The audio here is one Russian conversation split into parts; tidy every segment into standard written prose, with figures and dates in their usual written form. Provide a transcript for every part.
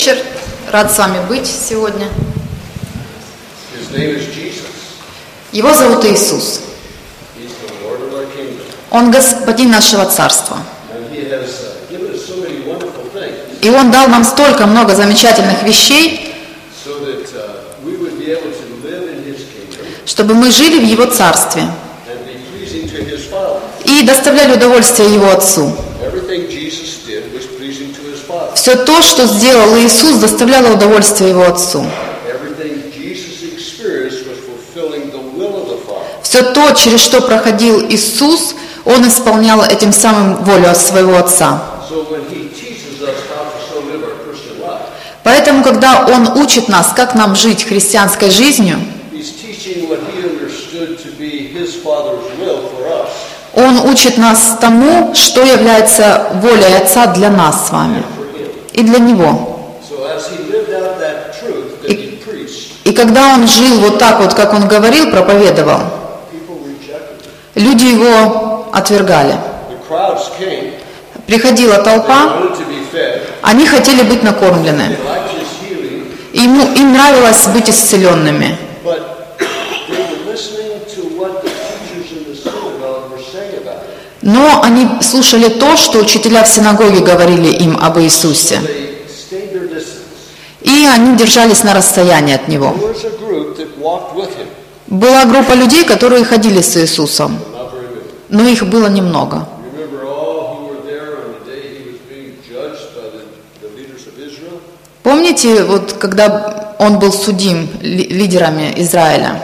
Вечер. Рад с вами быть сегодня. Его зовут Иисус. Он господин нашего царства. И Он дал нам столько много замечательных вещей, чтобы мы жили в Его царстве и доставляли удовольствие Его Отцу. Все то, что сделал Иисус, доставляло удовольствие Его Отцу. Все то, через что проходил Иисус, Он исполнял этим самым волю своего Отца. Поэтому, когда Он учит нас, как нам жить христианской жизнью, Он учит нас тому, что является волей Отца для нас с вами и для Него. И когда Он жил вот так вот, как Он говорил, проповедовал, люди Его отвергали. Приходила толпа, они хотели быть накормлены. Им нравилось быть исцеленными. Но они слушали то, что учителя в синагоге говорили им об Иисусе. И они держались на расстоянии от Него. Была группа людей, которые ходили с Иисусом, но их было немного. Помните, вот когда Он был судим лидерами Израиля?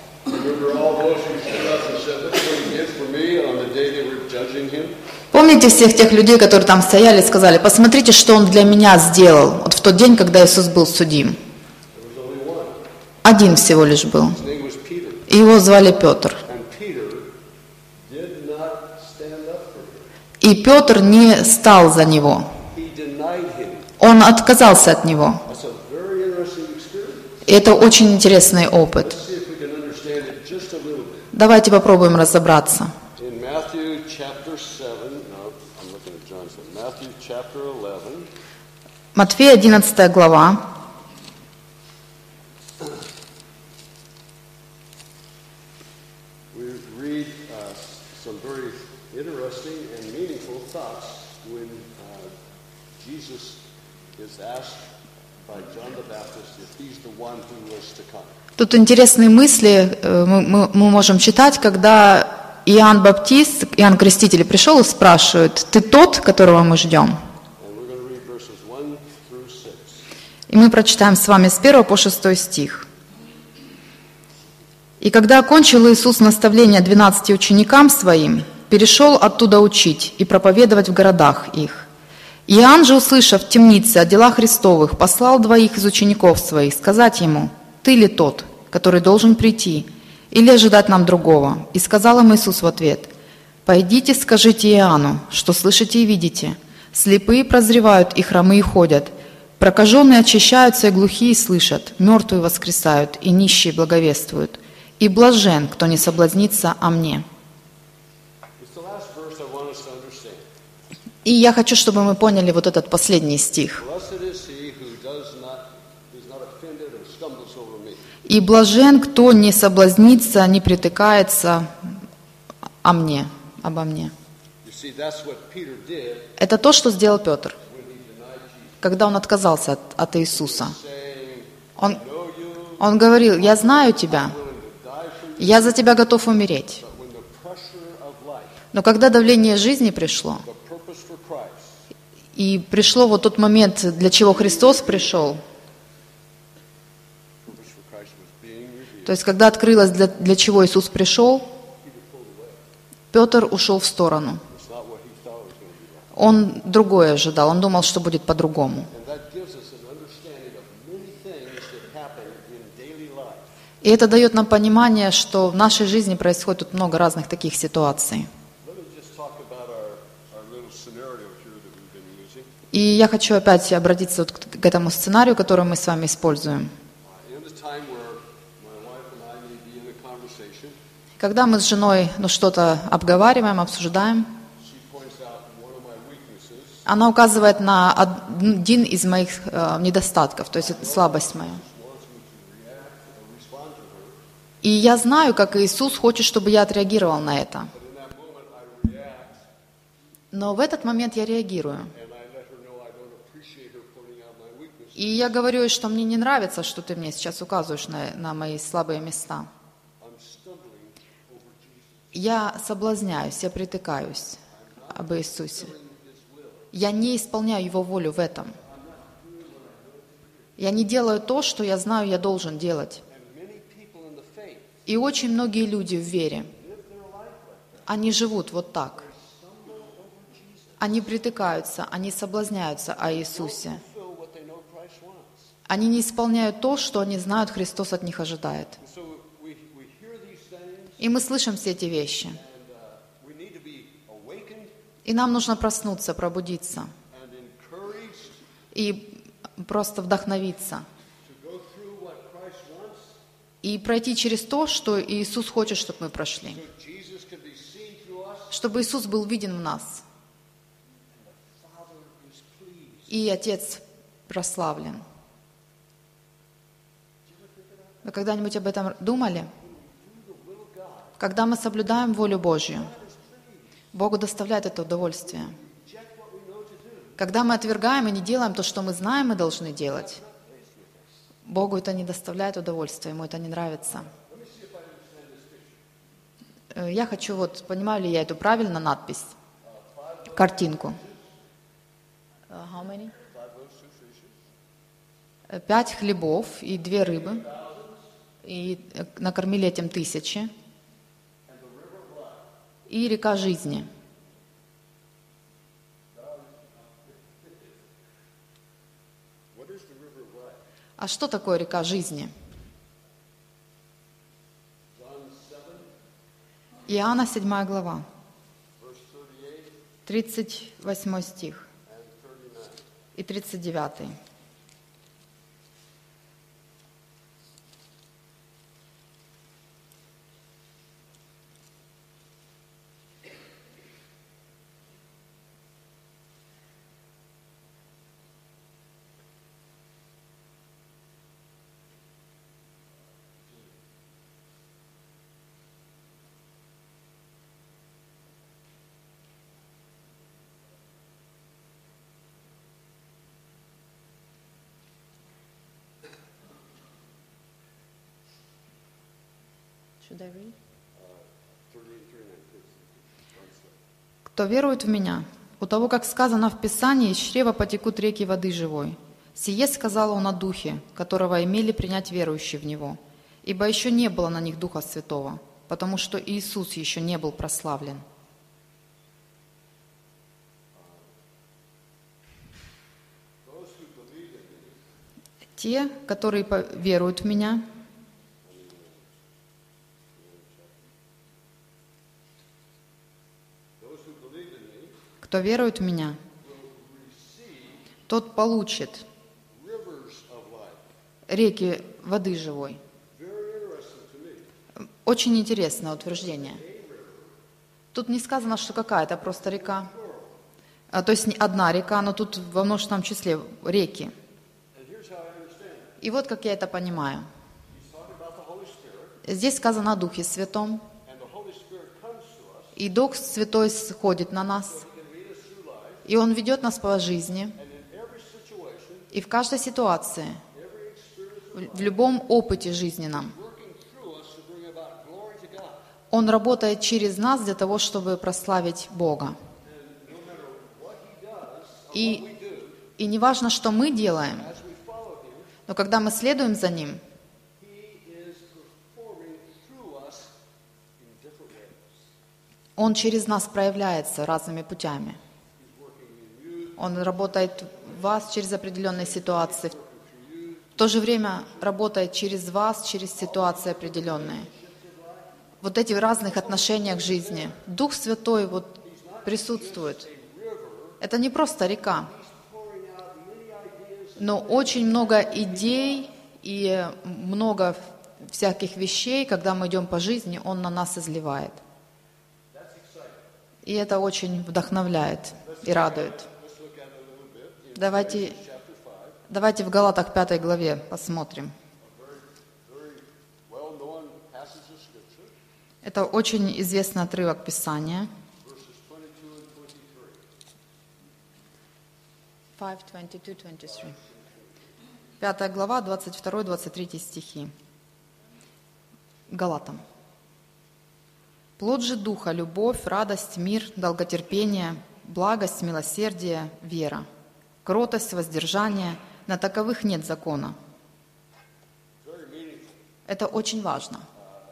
Помните всех тех людей, которые там стояли и сказали: посмотрите, что Он для меня сделал, вот в тот день, когда Иисус был судим. Один всего лишь был. И его звали Петр. И Петр не стал за Него. Он отказался от Него. И это очень интересный опыт. Давайте попробуем разобраться. Матфея 11 глава. Тут интересные мысли мы можем читать, когда Иоанн Баптист, Иоанн Креститель пришел и спрашивает: «Ты тот, которого мы ждем?» И мы прочитаем с вами с 1 по 6 стих. «И когда окончил Иисус наставление 12 ученикам Своим, перешел оттуда учить и проповедовать в городах их. Иоанн же, услышав в темнице о делах Христовых, послал 2 из учеников Своих сказать Ему: «Ты ли тот, который должен прийти, или ожидать нам другого?» И сказал им Иисус в ответ: «Пойдите, скажите Иоанну, что слышите и видите. Слепые прозревают, и хромые ходят, прокаженные очищаются, и глухие слышат, мертвые воскресают, и нищие благовествуют. И блажен, кто не соблазнится о мне». И я хочу, чтобы мы поняли вот этот последний стих. «И блажен, кто не соблазнится, не притыкается обо мне». Это то, что сделал Петр, когда он отказался от Иисуса. Он говорил: «Я знаю тебя, я за тебя готов умереть». Но когда давление жизни пришло, и пришло вот тот момент, для чего Христос пришел, то есть когда открылось, для чего Иисус пришел, Петр ушел в сторону. Он другое ожидал, он думал, что будет по-другому. И это дает нам понимание, что в нашей жизни происходит тут много разных таких ситуаций. И я хочу опять обратиться вот к этому сценарию, который мы с вами используем. Когда мы с женой что-то обговариваем, обсуждаем, она указывает на один из моих недостатков, то есть это слабость моя. И я знаю, как Иисус хочет, чтобы я отреагировал на это. Но в этот момент я реагирую. И я говорю, что мне не нравится, что ты мне сейчас указываешь на мои слабые места. Я соблазняюсь, я притыкаюсь об Иисусе. Я не исполняю Его волю в этом. Я не делаю то, что я знаю, я должен делать. И очень многие люди в вере, они живут вот так. Они притыкаются, они соблазняются о Иисусе. Они не исполняют то, что они знают, Христос от них ожидает. И мы слышим все эти вещи. И нам нужно проснуться, пробудиться. И просто вдохновиться. И пройти через то, что Иисус хочет, чтобы мы прошли. Чтобы Иисус был виден в нас. И Отец прославлен. Вы когда-нибудь об этом думали? Когда мы соблюдаем волю Божью, Богу доставляет это удовольствие. Когда мы отвергаем и не делаем то, что мы знаем, мы должны делать, Богу это не доставляет удовольствия, Ему это не нравится. Я хочу, понимаю ли я эту правильно надпись? Картинку. How many? 5 хлебов и 2 рыбы. И накормили этим 1000. И река жизни. А что такое река жизни? Иоанна 7 глава, 38 стих и 39. Кто верует в Меня, у того, как сказано в Писании, из чрева потекут реки воды живой. Сие сказал Он о Духе, которого имели принять верующие в Него, ибо еще не было на них Духа Святого, потому что Иисус еще не был прославлен. Те, которые веруют в Меня, кто верует в Меня, тот получит реки воды живой. Очень интересное утверждение. Тут не сказано, что какая-то просто река. То есть не одна река, но тут во множественном числе реки. И вот как я это понимаю. Здесь сказано о Духе Святом. И Дух Святой сходит на нас. И Он ведет нас по жизни. И в каждой ситуации, в любом опыте жизненном, Он работает через нас для того, чтобы прославить Бога. И не важно, что мы делаем, но когда мы следуем за Ним, Он через нас проявляется разными путями. Он работает в вас через определенные ситуации. В то же время работает через вас, через ситуации определенные. Вот эти в разных отношениях жизни. Дух Святой присутствует. Это не просто река, но очень много идей и много всяких вещей, когда мы идем по жизни, Он на нас изливает. И это очень вдохновляет и радует. Давайте в Галатах 5 главе посмотрим. Это очень известный отрывок Писания. 5:22-23. 5 глава, 22-23 стихи. Галатам. «Плод же Духа — любовь, радость, мир, долготерпение, благость, милосердие, вера, кротость, воздержание. На таковых нет закона». Это очень важно.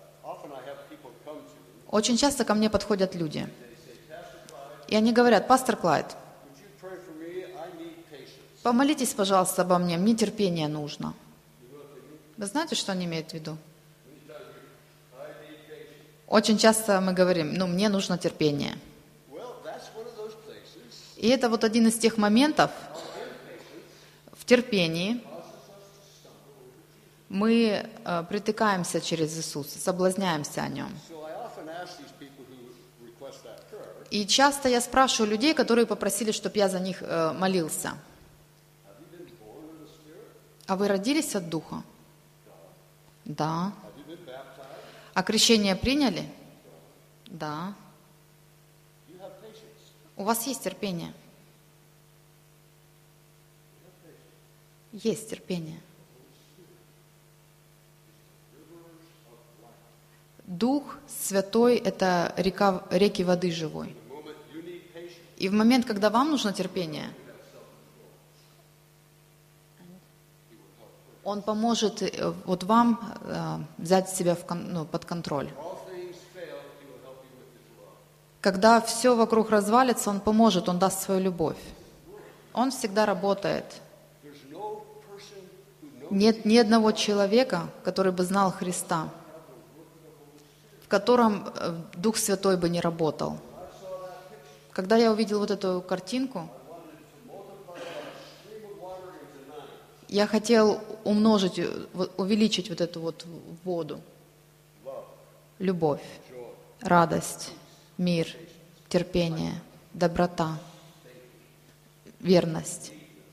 Очень часто ко мне подходят люди, и они говорят: «Пастор Клайд, помолитесь, пожалуйста, обо мне терпение нужно». Вы знаете, что они имеют в виду? Очень часто мы говорим: мне нужно терпение. И это вот один из тех моментов в терпении. Мы притыкаемся через Иисуса, соблазняемся о Нем. И часто я спрашиваю людей, которые попросили, чтобы я за них молился: «А вы родились от Духа?» «Да». «А крещение приняли?» «Да». «У вас есть терпение?» «Есть терпение». Дух Святой — это реки воды живой. И в момент, когда вам нужно терпение, Он поможет вот вам взять себя под контроль. Когда все вокруг развалится, Он поможет, Он даст свою любовь. Он всегда работает. Нет ни одного человека, который бы знал Христа, в котором Дух Святой бы не работал. Когда я увидел вот эту картинку, я хотел увеличить вот эту вот воду. Любовь, радость, мир, терпение, доброта, верность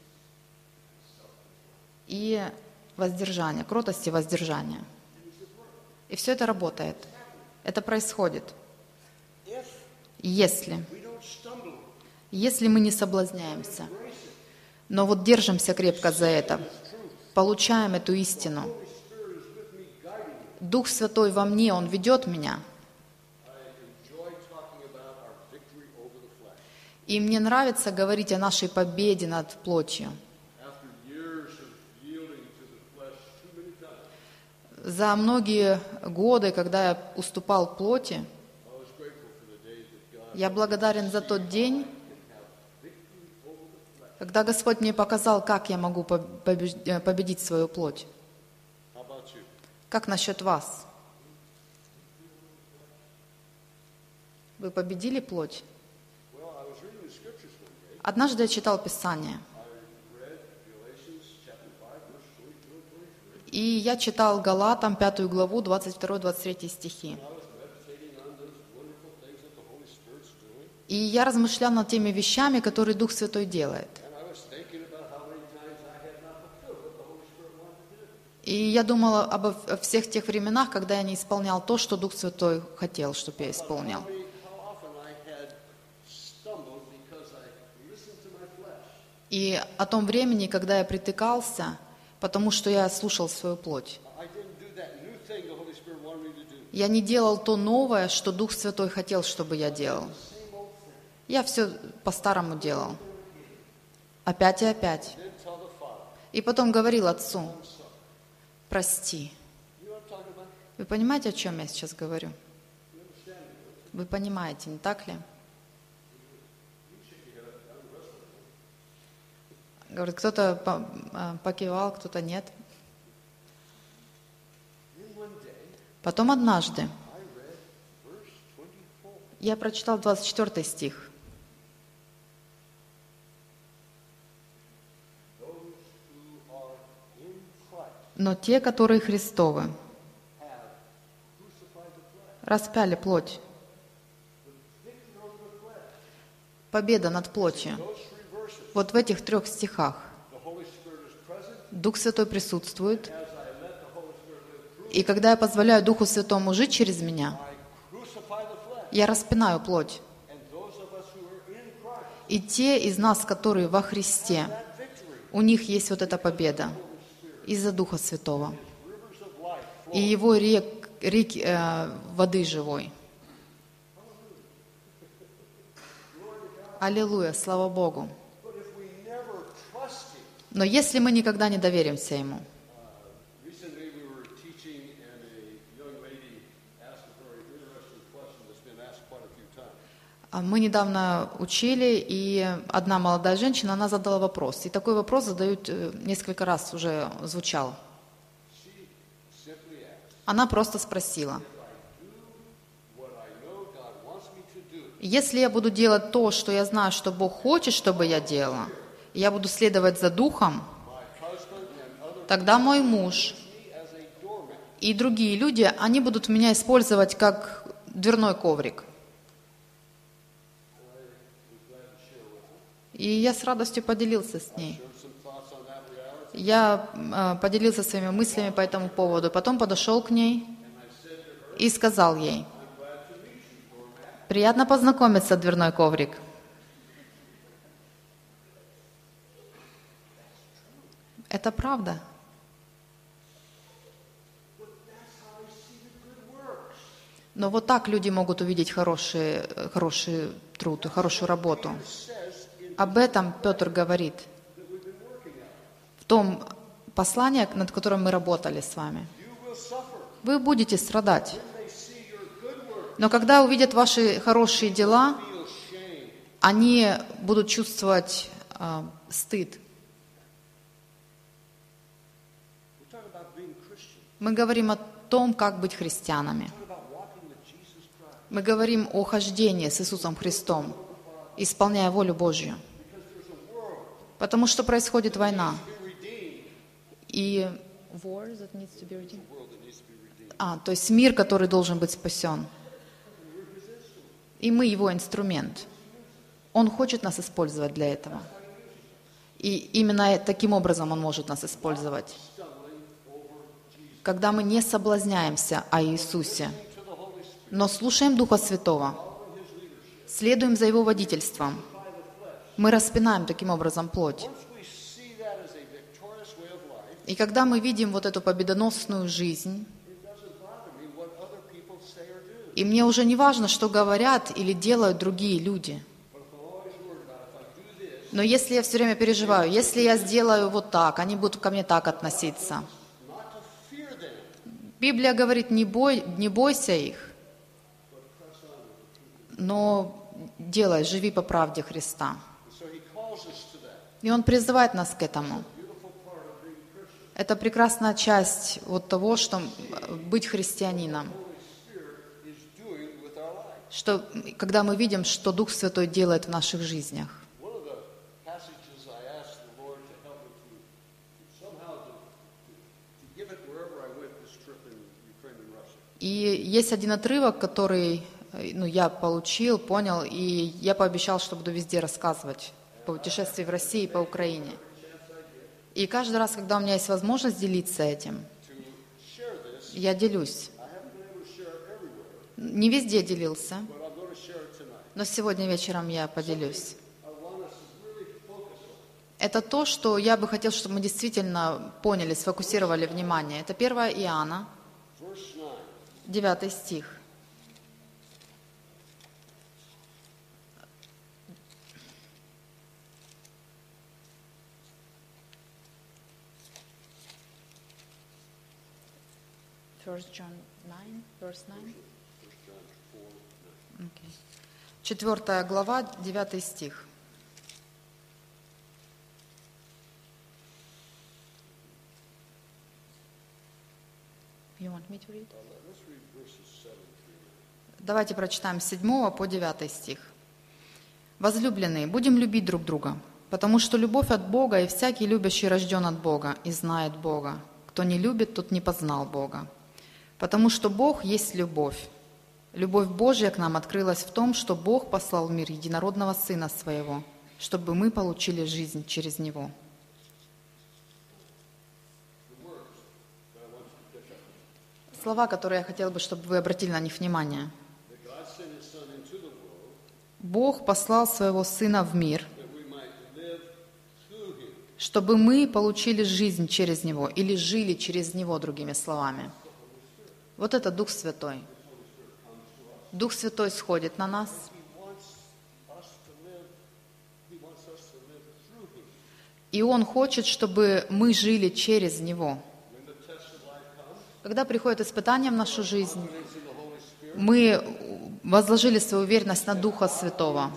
и воздержание, кротость и воздержание. И все это работает. Это происходит. Если мы не соблазняемся, но вот держимся крепко за это, получаем эту истину. Дух Святой во мне, Он ведет меня. И мне нравится говорить о нашей победе над плотью. За многие годы, когда я уступал плоти, я благодарен за тот день, когда Господь мне показал, как я могу победить свою плоть. Как насчет вас? Вы победили плоть? Однажды я читал Писание. И я читал Галатам 5 главу, 22-23 стихи. И я размышлял над теми вещами, которые Дух Святой делает. И я думала обо всех тех временах, когда я не исполнял то, что Дух Святой хотел, чтобы я исполнял. И о том времени, когда я притыкался, потому что я слушал свою плоть. Я не делал то новое, что Дух Святой хотел, чтобы я делал. Я все по-старому делал. Опять и опять. И потом говорил Отцу: прости. Вы понимаете, о чем я сейчас говорю? Вы понимаете, не так ли? Говорит, кто-то покивал, кто-то нет. Потом однажды я прочитал 24 стих. Но те, которые Христовы, распяли плоть. Победа над плотью. Вот в этих 3 стихах the Holy Spirit is present. Дух Святой присутствует, As I let the Holy Spirit live through, и когда я позволяю Духу Святому жить через меня, I crucify the flesh. я распинаю плоть. And those of us who are in Christ, И те из нас, которые во Христе, that victory, у них есть вот эта победа из-за Духа Святого rivers of life flow. и Его реки воды живой. Аллилуйя, слава Богу. But if we never trust Him, Но если мы никогда не доверимся Ему, recently we were teaching and a young lady asked a very interesting question that's been asked quite a few times. мы недавно учили, и одна молодая женщина, она задала вопрос. И такой вопрос задают несколько раз уже звучал. She simply asked, Она просто спросила: what I know God wants me to do, если я буду делать то, что я знаю, что Бог хочет, чтобы я делала, и я буду следовать за Духом, my husband and other тогда мой муж me as a doormat, и другие люди, они будут меня использовать как дверной коврик. И я с радостью поделился с ней. shared some thoughts on that reality. Я поделился своими мыслями по этому поводу. Потом подошел к ней и сказал ей: приятно познакомиться, дверной коврик. Это правда. Но вот так люди могут увидеть хороший труд и хорошую работу. Об этом Петр говорит в том послании, над которым мы работали с вами. You will suffer. Вы будете страдать. They see your good work, Но когда увидят ваши хорошие дела, feel shame. они будут чувствовать стыд. We talk about being Christian. Мы говорим о том, как быть христианами. We talk about walking with Jesus Christ. Мы говорим о хождении с Иисусом Христом, исполняя волю Божью. Потому что происходит война. Be redeemed. И war that needs to be redeemed. World that needs to be redeemed. То есть мир, который должен быть спасен. И мы его инструмент. Он хочет нас использовать для этого. И именно таким образом Он может нас использовать. Когда мы не соблазняемся о Иисусе, но слушаем Духа Святого, следуем за Его водительством, мы распинаем таким образом плоть. Once we see that as a victorious way of life, И когда мы видим вот эту победоносную жизнь, it doesn't bother me what other people say or do. и мне уже не важно, что говорят или делают другие люди. But if I'm always worried about if I do this, Но если я все время переживаю, если я сделаю вот так, они будут ко мне так относиться. not to fear them, Библия говорит, не бойся их, но делай, живи по правде Христа. and so He calls us to that. И Он призывает нас к этому. Beautiful part of being Christian. Это прекрасная часть вот того, что быть христианином. Holy Spirit is doing with our lives. Что, когда мы видим, что Дух Святой делает в наших жизнях. One of the passages I asked the Lord to help me to somehow to give it wherever I went this trip in Ukraine and Russia. И есть один отрывок, который я получил, понял, и я пообещал, что буду везде рассказывать по путешествии в России и по Украине. И каждый раз, когда у меня есть возможность делиться этим, To share this, я делюсь. I haven't been able to share it everywhere, Не везде делился, but I'm going to share it tonight. но сегодня вечером я поделюсь. I want us to really focus on. Это то, что я бы хотел, чтобы мы действительно поняли, сфокусировали внимание. Это 1 Иоанна, Verse 9. 9 стих. First John 9, verse 9. Okay. 4 глава, 9 стих. You want me to read? Let's read verses 7 through. Давайте прочитаем с 7 по 9 стих. «Возлюбленные, будем любить друг друга, потому что любовь от Бога, и всякий любящий рожден от Бога и знает Бога. Кто не любит, тот не познал Бога. Потому что Бог есть любовь. Любовь Божья к нам открылась в том, что Бог послал в мир единородного Сына Своего, чтобы мы получили жизнь через Него. Слова, которые я хотела бы, чтобы вы обратили на них внимание. Бог послал Своего Сына в мир, чтобы мы получили жизнь через Него, или жили через Него, другими словами. Вот это Дух Святой. Дух Святой сходит на нас. И Он хочет, чтобы мы жили через Него. Когда приходит испытание в нашу жизнь, мы возложили свою уверенность на Духа Святого.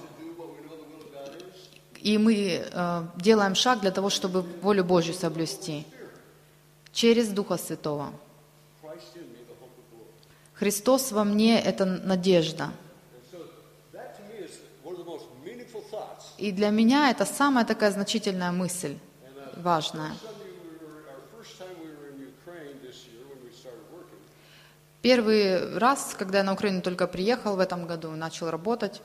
И мы делаем шаг для того, чтобы волю Божью соблюсти. Через Духа Святого. Христос во мне – это надежда. И для меня это самая такая значительная мысль, важная. Первый раз, когда я на Украину только приехал в этом году, начал работать,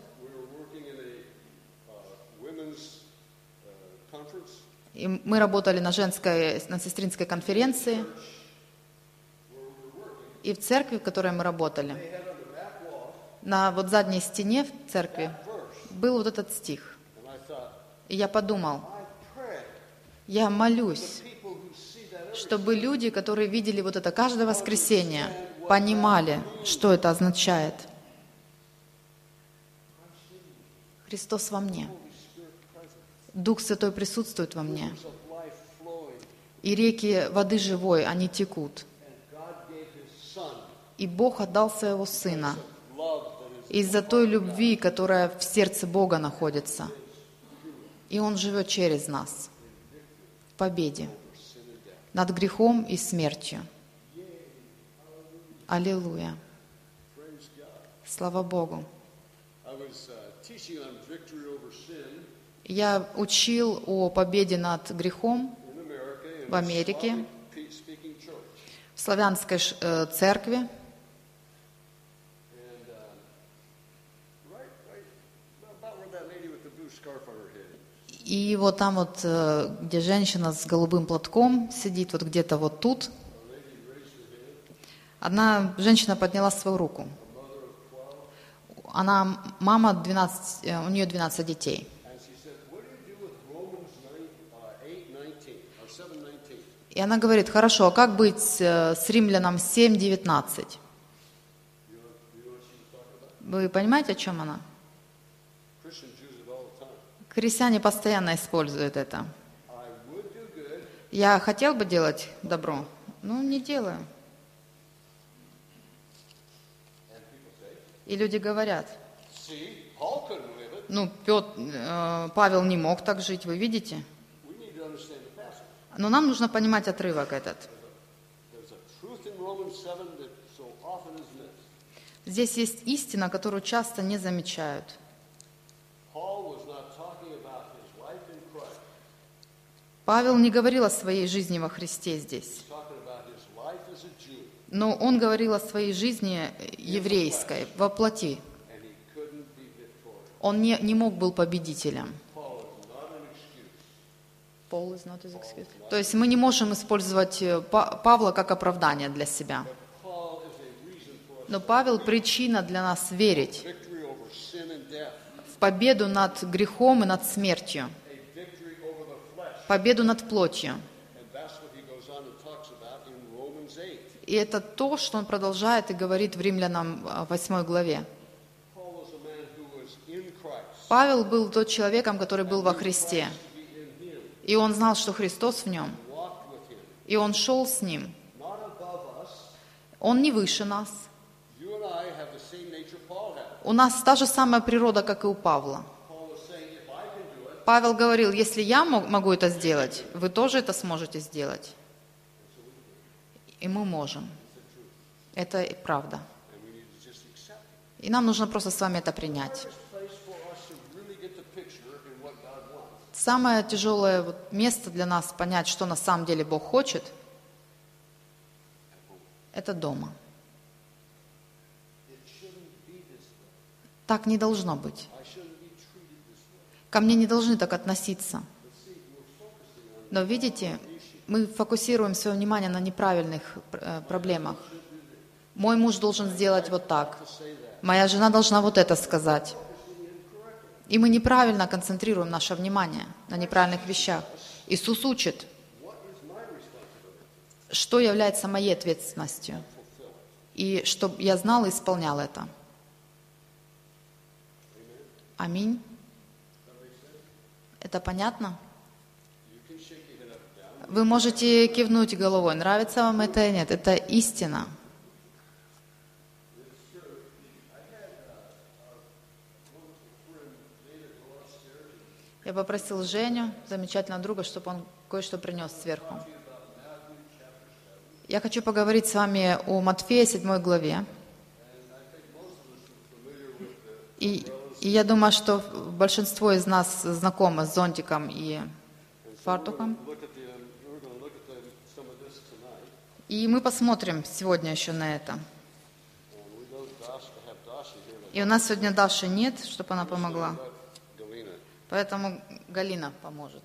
и мы работали на сестринской конференции, и в церкви, в которой мы работали, на вот задней стене в церкви был вот этот стих. И я подумал, я молюсь, чтобы люди, которые видели вот это каждое воскресенье, понимали, что это означает. Христос во мне. Дух Святой присутствует во мне. И реки воды живой, они текут. И Бог отдал Своего Сына из-за той любви, которая в сердце Бога находится. И Он живет через нас в победе над грехом и смертью. Аллилуйя. Слава Богу. Я учил о победе над грехом в Америке, в славянской церкви. И вот там вот, где женщина с голубым платком сидит, вот где-то вот тут, одна женщина подняла свою руку. Она мама, 12, у нее 12 детей. И она говорит, хорошо, а как быть с Римлянам 7:19? Вы понимаете, о чем она? Христиане постоянно используют это. Я хотел бы делать добро, но не делаю. И люди говорят, ну, Павел не мог так жить, вы видите? Но нам нужно понимать отрывок этот. Здесь есть истина, которую часто не замечают. Павел не говорил о своей жизни во Христе здесь. Но он говорил о своей жизни еврейской, во плоти. Он не мог был победителем. То есть мы не можем использовать Павла как оправдание для себя. Но Павел причина для нас верить в победу над грехом и над смертью, победу над плотью. И это то, что он продолжает и говорит в Римлянам 8 главе. Павел был тот человеком, который был во Христе. И он знал, что Христос в нем. И он шел с ним. Он не выше нас. У нас та же самая природа, как и у Павла. Павел говорил, если я могу это сделать, вы тоже это сможете сделать. И мы можем. Это правда. И нам нужно просто с вами это принять. Самое тяжелое место для нас понять, что на самом деле Бог хочет, это дома. Так не должно быть. ко мне не должны так относиться. Но видите, мы фокусируем свое внимание на неправильных проблемах. Мой муж должен сделать вот так. Моя жена должна вот это сказать. И мы неправильно концентрируем наше внимание на неправильных вещах. Иисус учит, что является моей ответственностью. И чтобы я знал и исполнял это. Аминь. Это понятно? Вы можете кивнуть головой, нравится вам это или нет. Это истина. Я попросил Женю, замечательного друга, чтобы он кое-что принес сверху. Я хочу поговорить с вами о Матфея 7 главе. И я думаю, что большинство из нас знакомы с зонтиком и фартуком. И мы посмотрим сегодня еще на это. И у нас сегодня Даши нет, чтобы она помогла. Поэтому Галина поможет.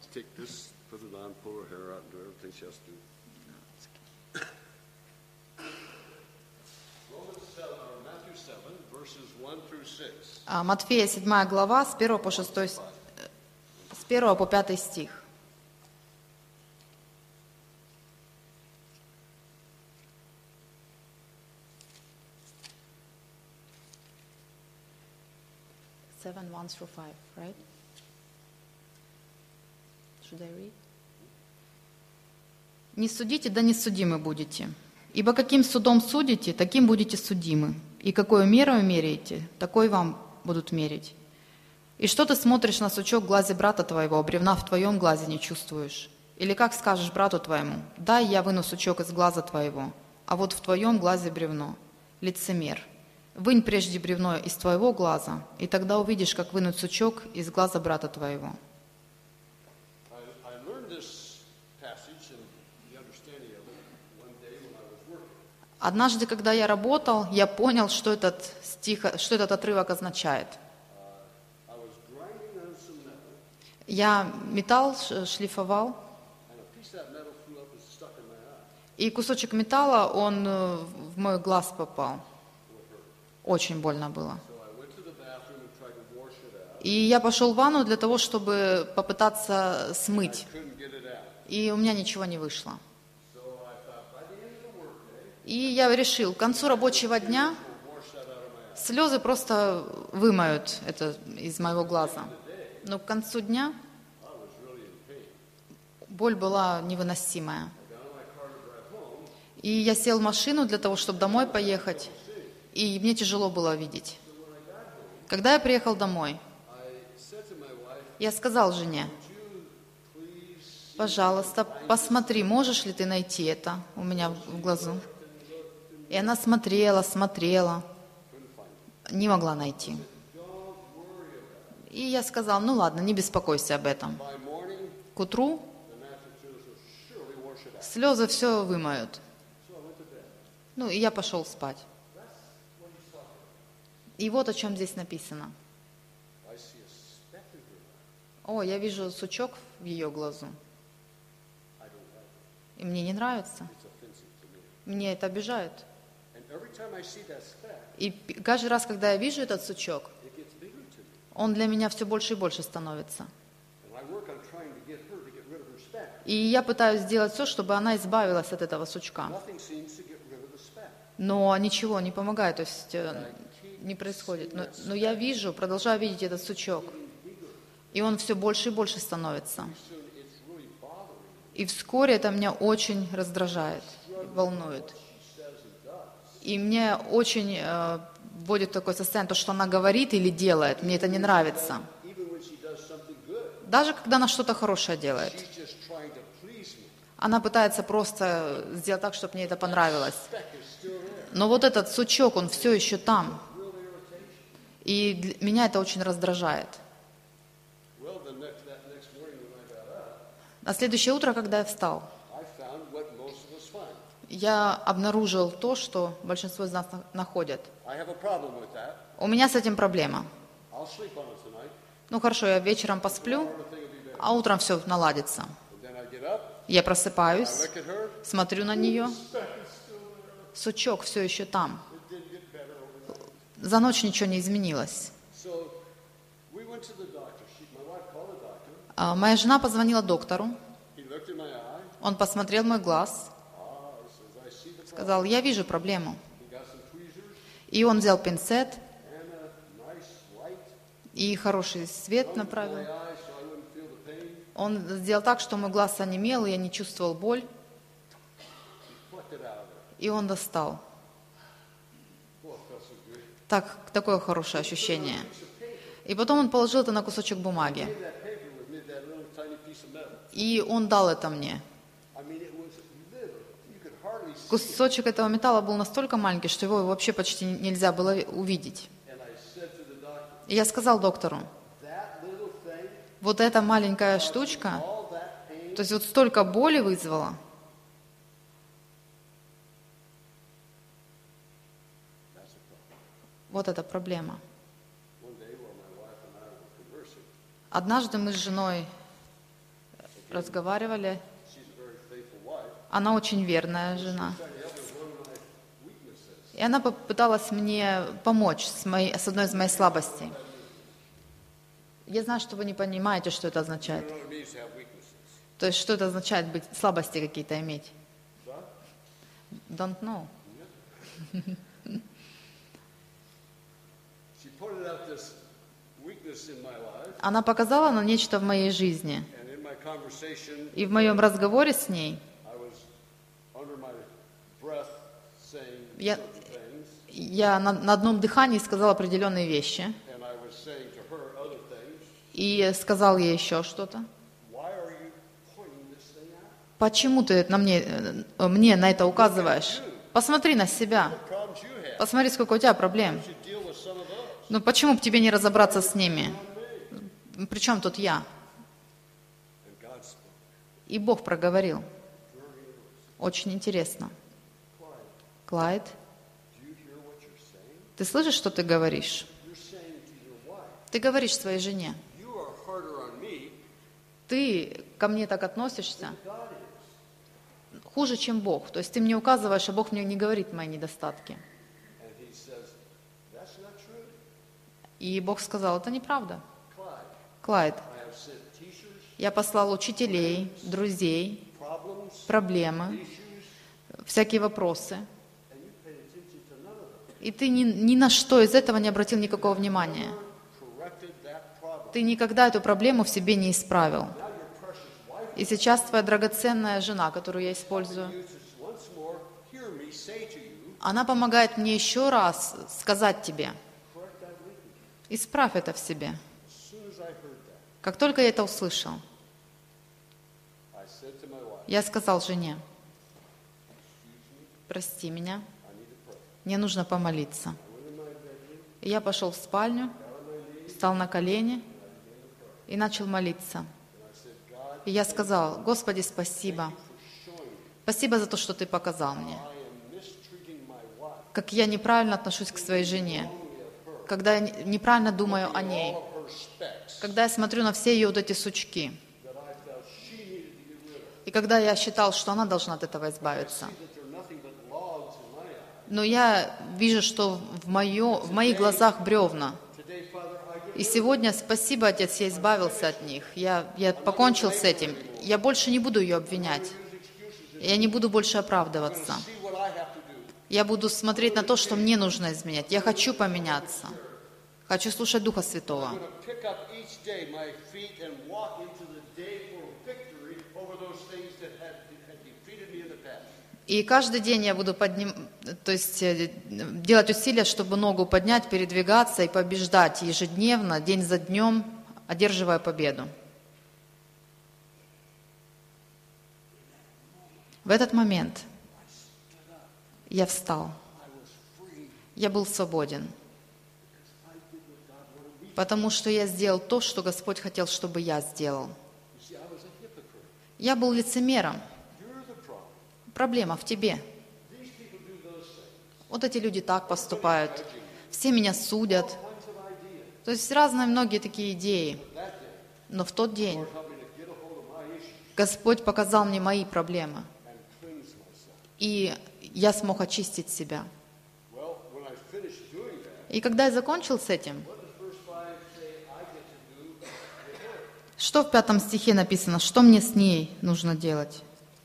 Матфея 7 глава с 1 по 6, с 1 по 5 стих. Seven, 1 through 5, right? Should I read? «Не судите, да не судимы будете. Ибо каким судом судите, таким будете судимы. И какую меру меряете, такой вам будут мерить. И что ты смотришь на сучок в глазе брата твоего, а бревна в твоем глазе не чувствуешь? Или как скажешь брату твоему, дай я выну сучок из глаза твоего, а вот в твоем глазе бревно? Лицемер. Вынь прежде бревно из твоего глаза, и тогда увидишь, как вынуть сучок из глаза брата твоего». Однажды, когда я работал, я понял, что этот стих, что этот отрывок означает. Я металл шлифовал, и кусочек металла, он в мой глаз попал. Очень больно было. И я пошел в ванну для того, чтобы попытаться смыть. И у меня ничего не вышло. И я решил, к концу рабочего дня слезы просто вымоют это из моего глаза. Но к концу дня боль была невыносимая. И я сел в машину для того, чтобы домой поехать, и мне тяжело было видеть. Когда я приехал домой, я сказал жене: «Пожалуйста, посмотри, можешь ли ты найти это у меня в глазу?» И она смотрела, не могла найти. И я сказал: «Ну ладно, не беспокойся об этом. К утру слезы все вымоют». Ну, и я пошел спать. И вот о чем здесь написано. О, я вижу сучок в ее глазу. И мне не нравится. Мне это обижает. И каждый раз, когда я вижу этот сучок, он для меня все больше и больше становится. И я пытаюсь сделать все, чтобы она избавилась от этого сучка. Но ничего не помогает, то есть не происходит. Но я вижу, продолжаю видеть этот сучок. И он все больше и больше становится. И вскоре это меня очень раздражает, волнует. И мне очень вводит такое состояние, то, что она говорит или делает, мне это не нравится. Даже когда она что-то хорошее делает. Она пытается просто сделать так, чтобы мне это понравилось. Но вот этот сучок, он все еще там. И меня это очень раздражает. На следующее утро, когда я встал, я обнаружил то, что большинство из нас находят. У меня с этим проблема. Ну хорошо, я вечером посплю, everything will be better. а утром все наладится. And then I get up, Я I просыпаюсь, look at her, смотрю на нее, speck is still there. сучок все еще там. It didn't get better overnight. За ночь ничего не изменилось. So we went to the doctor. My wife called the doctor. Моя жена позвонила доктору, He looked in my eye. он посмотрел мой глаз, He says, I see the problem. сказал, я вижу проблему. He got some tweezers И он взял пинцет and a nice light и хороший свет on my направил. eye so I wouldn't feel the pain. Он сделал так, что мой глаз онемел, и я не чувствовал боль, He plucked it out of there. и он достал. Boy, it felt so good. Такое хорошее ощущение. И потом он положил это на кусочек бумаги. That paper was made that little tiny piece of metal. И он дал это мне. I mean, it was little. You could hardly see it. Кусочек этого металла был настолько маленький, что его вообще почти нельзя было увидеть. And I said to the doctor, И я сказал доктору, that little thing, вот эта маленькая штучка, all that pain, то есть вот столько боли вызвала, that's a problem. вот эта проблема. One day while my wife and I were conversing, Однажды мы с женой разговаривали. she's a very faithful wife, Она очень верная жена. tried to help me with one of my weaknesses. И она попыталась мне помочь с одной из моих слабостей. Я знаю, что вы не понимаете, что это You означает. know what it means to have weaknesses. То есть, что это означает быть слабости какие-то иметь? Да? Don't know. She pointed out this weakness in my life, Она показала на нечто в моей жизни. and in my conversation, И в моем разговоре с ней I was under my breath saying Я- certain things, я на одном дыхании сказала определенные вещи. and I was saying to her other things. И сказал ей еще что-то. Why are you pointing this thing out? Почему ты мне на это указываешь? Посмотри на себя. What problems you have? Посмотри, сколько у тебя проблем. You should deal with some of those. Ну почему бы тебе не разобраться с ними? Причем тут я? And God spoke. И Бог проговорил. Очень интересно. Клайд, Do you hear what you're saying? ты слышишь, что ты говоришь? You're saying to your wife, Ты говоришь своей жене. you are harder on me Ты ко мне так относишься than God is. хуже, чем Бог. То есть ты мне указываешь, а Бог мне не говорит мои недостатки. And he says, that's not true. И Бог сказал, это неправда. Clyde, Клайд, I have sent teachers, я послал учителей, друзей, problems, проблемы, issues, всякие вопросы. and you paid attention to none of them. И ты ни на что из этого не обратил никакого внимания. Corrected that problem. Ты никогда эту проблему в себе не исправил. Now your precious wife И сейчас твоя драгоценная жена, которую я использую, uses once more, hear me say to you, она помогает мне еще раз сказать тебе, correct that weakness. исправь это в себе. As soon as I heard that, Как только я это услышал, I said to my wife, я сказал жене, прости меня, I need to pray. мне нужно помолиться. I went in my bedroom, И я пошел в спальню, got on my knees, встал на колени и начал молиться. and I said, God, И я сказал, Господи, спасибо. for showing me Спасибо за то, что Ты показал мне. I am mistreating my wife, Как я неправильно отношусь к своей жене. Когда я неправильно думаю о ней. all of her specks Когда я смотрю на все ее вот эти сучки. that I felt she needed to get rid of. И когда я считал, что она должна от этого I избавиться. see that they're nothing but logs in my eye. Но я вижу, что в моих глазах бревна. Today, Father, I get И сегодня, спасибо, Отец, я избавился от них. Я покончил с этим. Я больше не буду ее обвинять. Я не буду больше оправдываться. see what I have to do. Я буду смотреть на то, что мне нужно изменять. Я хочу поменяться. Хочу слушать Духа Святого. I'm going to pick up each day my feet and walk into the day for victory over those things that had defeated me in the past. И каждый день я буду делать усилия, чтобы ногу поднять, передвигаться и побеждать ежедневно, день за днем, одерживая победу. В этот момент я встал. Я был свободен. Потому что я сделал то, что Господь хотел, чтобы я сделал. You see, I was a hypocrite. Я был лицемером. You're the problem. Проблема в тебе. These people do those things. Вот эти люди так поступают. Все меня судят. All kinds of ideas. То есть разные многие такие идеи. But that day, Но в тот день Lord helped me to get a hold of my issues Господь показал мне мои проблемы. and cleanse myself. И я смог очистить себя. Well, when I finished doing that, И когда я закончил с этим, what does verse 5 say I get to do with her? что в 5 стихе написано? Что мне с ней нужно делать?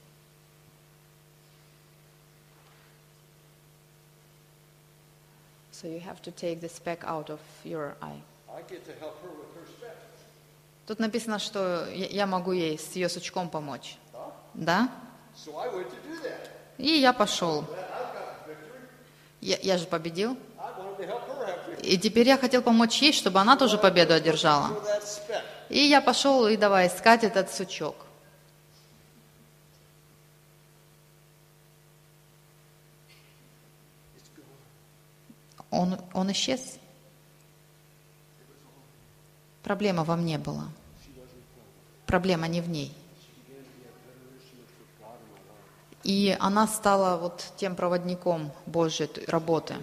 So you have to take the speck out of your eye. I get to help her with her speck. Тут написано, что я могу ей с ее сучком помочь. Huh? Да? So I went to do that. И я пошел. I've got victory. Я же победил. I wanted to help her have victory. И теперь я хотел помочь ей, чтобы она тоже победу одержала. For that speck. И я пошел и давай искать этот сучок. It's gone. Он исчез. Проблема во мне была. Проблема не в ней. И она стала вот тем проводником Божьей работы.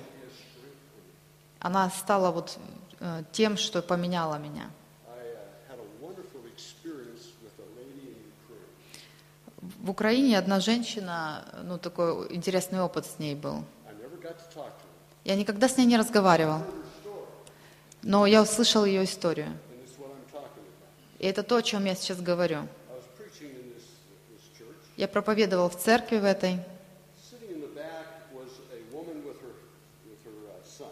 Она стала вот тем, что поменяло меня. I had a wonderful experience with a lady in Ukraine. В Украине одна женщина, ну такой интересный опыт с ней был. I never got to talk to her. Я никогда с ней не разговаривал, но я услышал ее историю. And it's what I'm talking about. И это то, о чем я сейчас говорю. I was preaching in this church. Я проповедовал в церкви в этой, Sitting in the back was a woman with her son.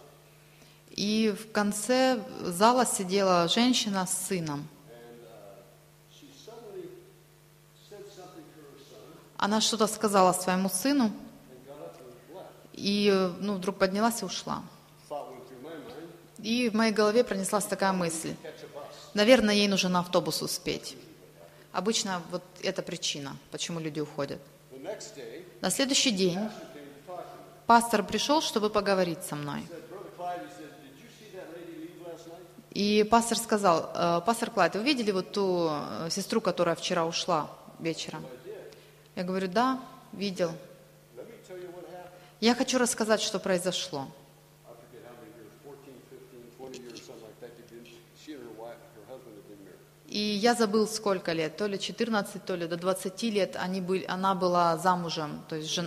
и в конце зала сидела женщина с сыном. And she suddenly said something to her son Она что-то сказала своему сыну, and got up and left. и вдруг поднялась и ушла. Thought went through my mind, И в моей голове пронеслась такая мысль. catch a bus. Наверное, ей нужно на автобус успеть. Обычно вот это причина, почему люди уходят. The next day, На следующий день she came to talk to me. пастор пришел, чтобы поговорить со мной. He said, Brother Clyde, he said, did you see that lady leave last night? И пастор сказал: пастор Клайд, вы видели вот ту сестру, которая вчера ушла вечером? Я говорю: да, видел. Let me tell you what happened. Я хочу рассказать, что произошло. I forget how many years, 14, 15, 20 years, something like that. She and her husband had been married. И я забыл, сколько лет, то ли 14, то ли до 20 лет она была замужем. То есть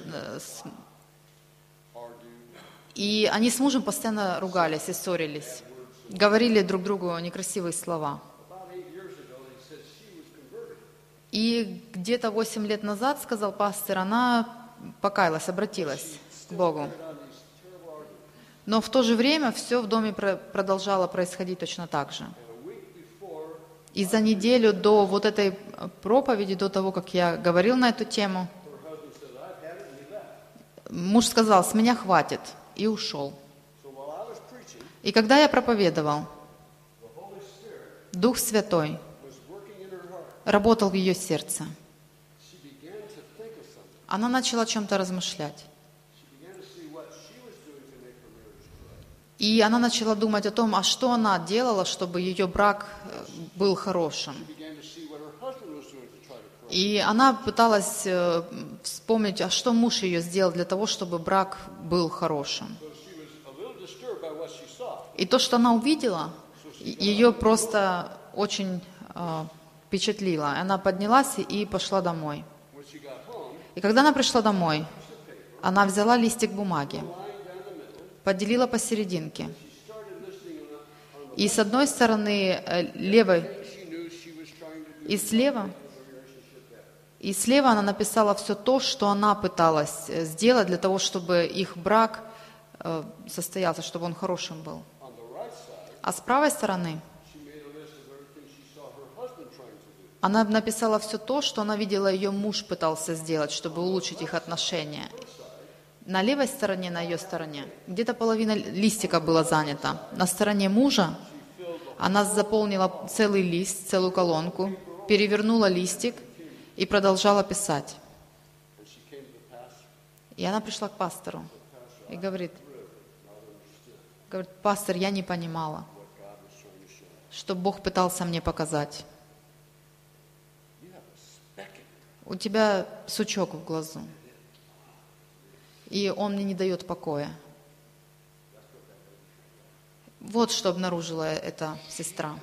Argued. и они с мужем постоянно ругались и ссорились. Говорили друг другу некрасивые слова. About 8 years ago, they said she was converted. И где-то 8 лет назад, сказал пастор, она покаялась, обратилась к Богу. On these terrible arguments. Но в то же время все в доме продолжало происходить точно так же. And a week before, И за неделю до вот этой проповеди, до того, как я говорил на эту тему, her husband said, I've had it, and he left. муж сказал: с меня хватит, и ушел. So while I was preaching, И когда я проповедовал, the Holy Spirit Дух Святой was working in her heart. работал в ее сердце. She began to think of something. Она начала о чем-то размышлять. She began to see what she was doing to make her marriage good. И она начала думать о том, а что она делала, чтобы ее брак был хорошим. She began to see what her husband was doing to try to correct. И она пыталась вспомнить, а что муж ее сделал для того, чтобы брак был хорошим. So she was a little disturbed by what she saw. И то, что она увидела, ее просто очень впечатлило. Она поднялась и пошла домой. When she got home, И когда она пришла домой, она взяла листик бумаги, lying down the middle, поделила посерединке. she started listening on И с одной стороны левой, the she knew she was trying to do и слева, и слева она написала все то, что она пыталась сделать для того, чтобы их брак состоялся, чтобы он хорошим был. on the right side. А с правой стороны She made a list of everything she saw her husband trying to do. она написала все то, что она видела, ее муж пытался сделать, чтобы улучшить их отношения. На левой стороне, на ее стороне, где-то половина листика была занята. На стороне мужа она заполнила целый лист, целую колонку, перевернула листик и продолжала писать. And she came to the pastor. И она пришла к пастору и говорит: пастор, я не понимала, What God was trying to show. что Бог пытался мне показать. You have a speck in it. У тебя сучок в глазу, и он мне не дает покоя. Вот что обнаружила эта сестра.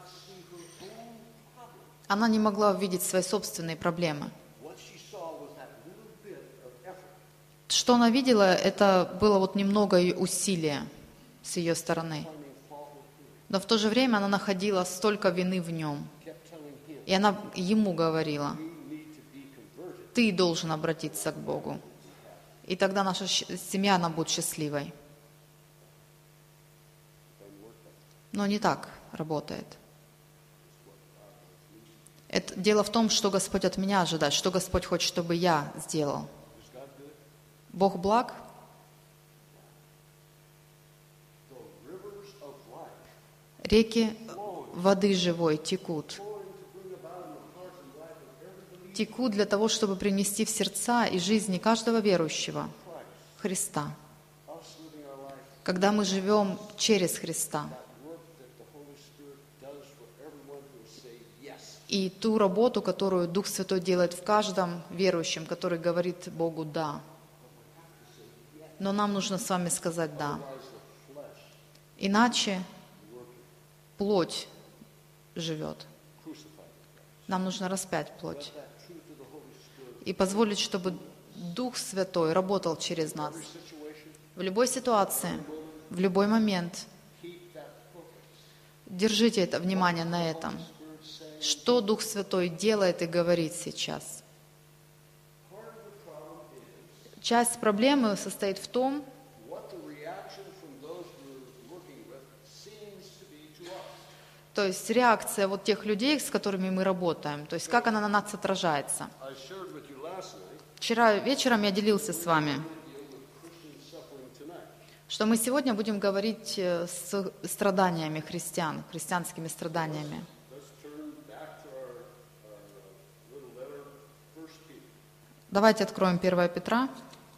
Она не могла увидеть свои собственные проблемы. What she saw was that little bit of effort. Что она видела, это было вот немного усилия с ее стороны. Но в то же время она находила столько вины в нем. Kept telling him, И она ему говорила: you need to be converted. ты должен обратиться к Богу. И тогда наша семья, она будет счастливой. Но не так работает. Дело в том, что Господь от меня ожидает, что Господь хочет, чтобы я сделал. Бог благ. Реки воды живой текут. Текут для того, чтобы принести в сердца и жизни каждого верующего Христа. Когда мы живем через Христа. И ту работу, которую Дух Святой делает в каждом верующем, который говорит Богу «да». Но нам нужно с вами сказать «да». Иначе плоть живет. Нам нужно распять плоть. И позволить, чтобы Дух Святой работал через нас. В любой ситуации, в любой момент. Держите это внимание на этом. Что Дух Святой делает и говорит сейчас? Часть проблемы состоит в том, то есть реакция вот тех людей, с которыми мы работаем, то есть как она на нас отражается. Вчера вечером я делился с вами, что мы сегодня будем говорить с страданиями христиан, христианскими страданиями. Давайте откроем 1 Петра.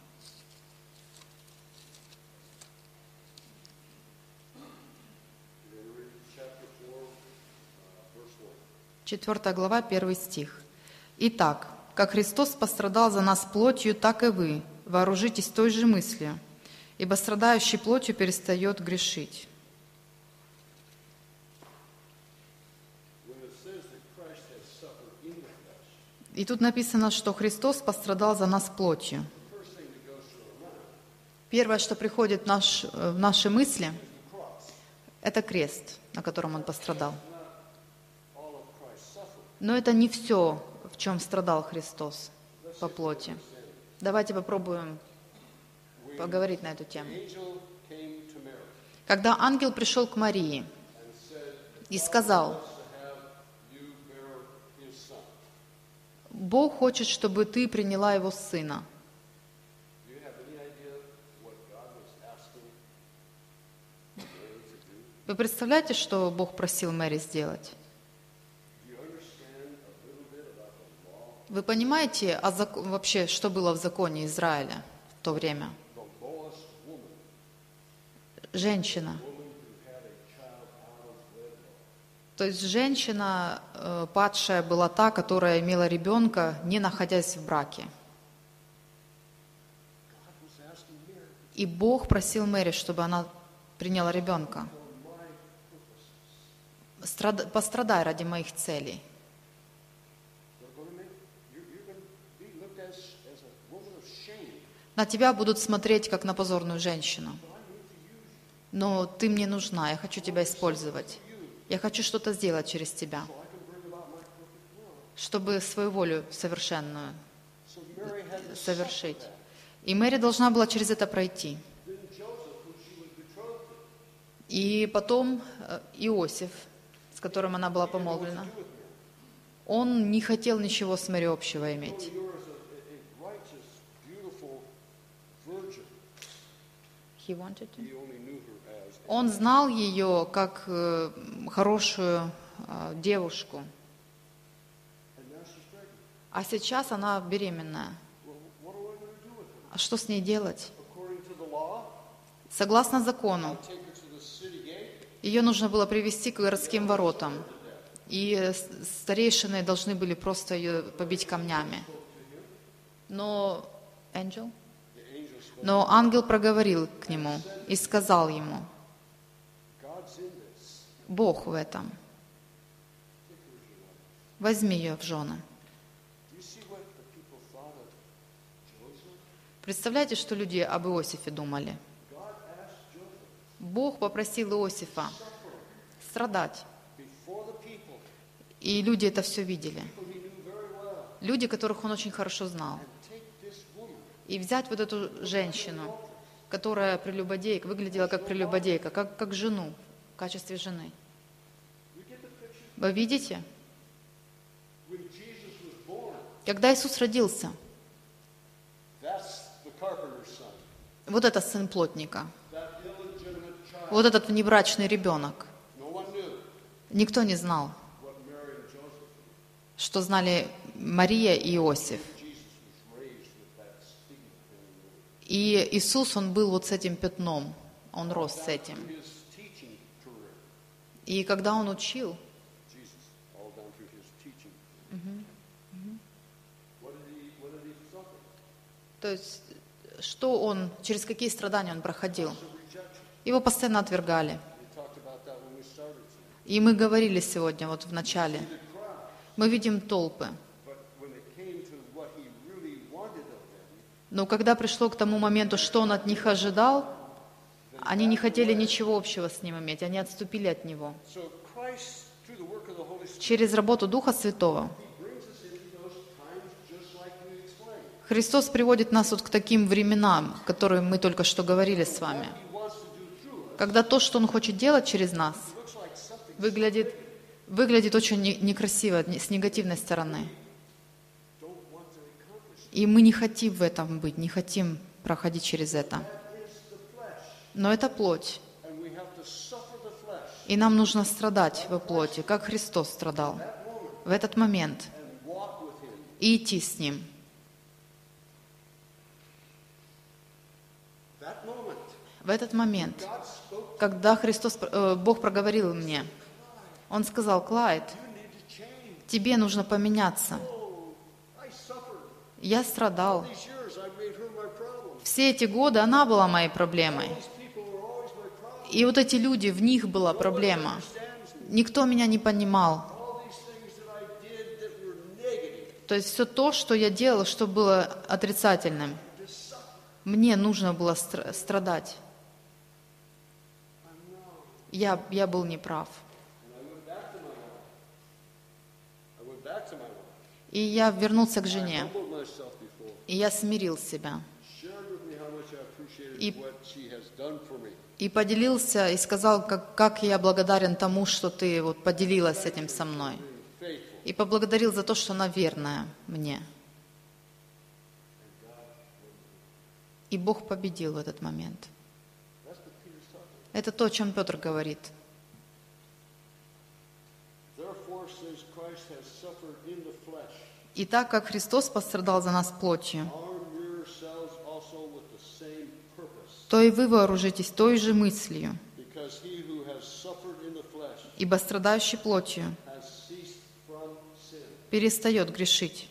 Четвертая глава, 1 стих. «Итак, как Христос пострадал за нас плотью, так и вы вооружитесь той же мыслью, ибо страдающий плотью перестает грешить». И тут написано, что Христос пострадал за нас плотью. Первое, что приходит в наши мысли, это крест, на котором Он пострадал. Но это не все, в чем страдал Христос по плоти. Давайте попробуем поговорить на эту тему. Когда ангел пришел к Марии и сказал: Бог хочет, чтобы ты приняла его сына. Вы представляете, что Бог просил Мэри сделать? Вы понимаете вообще, что было в законе Израиля в то время? Женщина. То есть женщина падшая была та, которая имела ребенка, не находясь в браке. И Бог просил Мэри, чтобы она приняла ребенка. Пострадай ради моих целей. На тебя будут смотреть, как на позорную женщину. Но ты мне нужна, я хочу тебя использовать. Я хочу что-то сделать через тебя, чтобы свою волю совершенную совершить. И Мэри должна была через это пройти. И потом Иосиф, с которым она была помолвлена, он не хотел ничего с Мэри общего иметь. Он знал ее как хорошую девушку. А сейчас она беременная. А что с ней делать? Согласно закону, ее нужно было привести к городским воротам. И старейшины должны были просто ее побить камнями. Но ангел проговорил к нему и сказал ему: God's in this. Бог в этом. Возьми ее в жены. Do you see what the people thought of Joseph? Представляете, что люди об Иосифе думали? God asked Joseph Бог попросил Иосифа страдать. before the people, И люди это все видели. who he knew very well, Люди, которых он очень хорошо знал. and take this woman, И взять вот эту женщину, которая прелюбодейка, выглядела как прелюбодейка, как жену, в качестве жены. you get the picture? Вы видите? When Jesus was born, Когда Иисус родился, that's the carpenter's son. вот это сын плотника, That illegitimate child. вот этот внебрачный ребенок, No one knew никто не знал, what Mary and Joseph knew. что знали Мария и Иосиф. Jesus was raised with that stigma in И Иисус, он был вот с этим пятном, он рос с этим. his teaching career. И когда он учил, Jesus, all down through his teaching. What did he suffer? то есть, что он, через какие страдания он проходил. The rejection. Его постоянно отвергали. We talked about that when we started. И мы говорили сегодня, вот в начале, The crowd. мы видим толпы. But when it came to what he really wanted of them, Но когда пришло к тому моменту, что он от них ожидал, они не хотели ничего общего с ним иметь, они отступили от него. so Christ, through the work of the Holy Spirit, Через работу Духа Святого he brings us into those times just like we explained. Христос приводит нас вот к таким временам, которые мы только что говорили с вами. He wants to do through us. Когда то, что Он хочет делать через нас, Looks like something выглядит очень некрасиво, с негативной стороны. don't want to accomplish. И мы не хотим в этом быть, не хотим проходить через это. That is the flesh. Но это плоть. And we have to suffer the flesh И нам нужно страдать во плоти, как Христос страдал в этот момент, and walk with him. и идти с Ним. That moment, В этот момент, God spoke, когда Бог проговорил мне, Он сказал: «Клайд, you need to change. тебе нужно поменяться. Oh, I suffered. Я страдал. These years I made her my problem. Все эти годы она была моей проблемой. These people were always my problem. И вот эти люди, в них была проблема. Understands me. Никто меня не понимал. All these things that I did that were negative. То есть все то, что я делала, что было отрицательным, To suffer. мне нужно было страдать. Я был неправ. And I went back to my wife. И я вернулся к жене. Humbled myself before. И я смирил себя. Shared with me how much I appreciated И- what she has done for me. И поделился, и сказал, как я благодарен тому, что ты вот поделилась этим со мной. Being faithful. И поблагодарил за то, что она верная мне. И Бог победил в этот момент. That's what Peter's talking about. Это то, о чем Петр говорит. Therefore, since Christ has suffered in the flesh, И так как Христос пострадал за нас плотью, arm yourselves also with the same purpose. то и вы вооружитесь той же мыслью, Because he who has suffered in the flesh ибо страдающий плотью has ceased from sin. перестает грешить.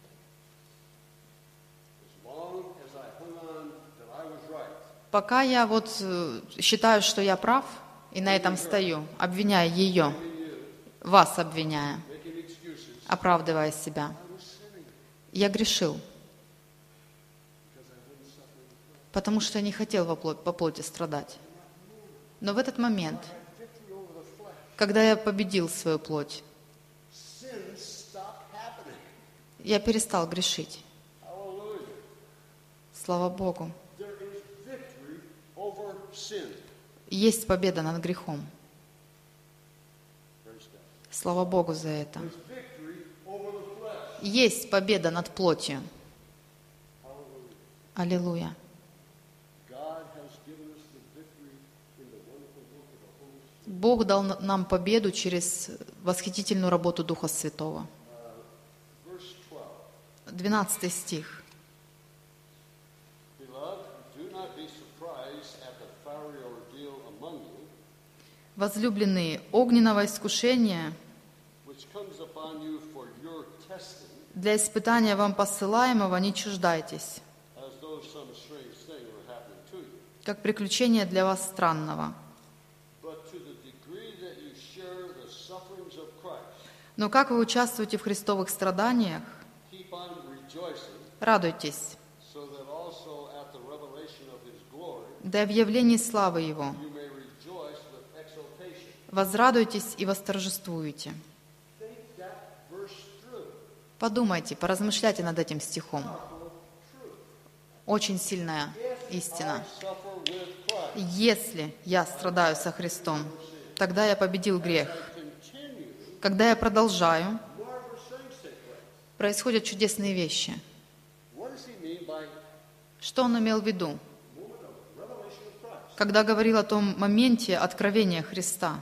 As long as I hung on that I was right, Пока я вот считаю, что я прав, и на этом стою, обвиняя ее, вас обвиняя, making excuses, оправдывая себя, I was sinning я грешил, because I wouldn't suffer in the flesh. потому что я не хотел по плоти страдать. Но в этот момент, Victory over the flesh. когда я победил свою плоть, Sin stopped happening. я перестал грешить. Hallelujah. Слава Богу. There is victory over sin. Есть победа над грехом. Praise God. Слава Богу за это. There's victory over the flesh. Есть победа над плотью. Hallelujah. Аллилуйя. God has given us the victory in the wonderful work of the Holy Spirit. Бог дал нам победу через восхитительную работу Духа Святого. Verse 12. 12 стих. Beloved, do not be surprised at the fiery ordeal among you, Возлюбленные, огненного искушения which comes upon you for your testing, для испытания вам посылаемого не чуждайтесь, as though some strange thing were happening to you. как приключение для вас странного. But to the degree that you share the sufferings of Christ, Но как вы участвуете в христовых страданиях, keep on rejoicing, радуйтесь, so that also at the revelation of his glory, да и в явлении славы Его. you may rejoice with exultation. Возрадуйтесь и восторжествуйте. Think that verse through. Подумайте, поразмышляйте над этим стихом. True. Очень сильная истина. I suffer with Christ. Если я страдаю со Христом, тогда я победил грех. Continue, Когда я продолжаю, marvelous things take place. происходят чудесные вещи. What does he mean by Что он имел в виду, moment of revelation of Christ? когда говорил о том моменте откровения Христа?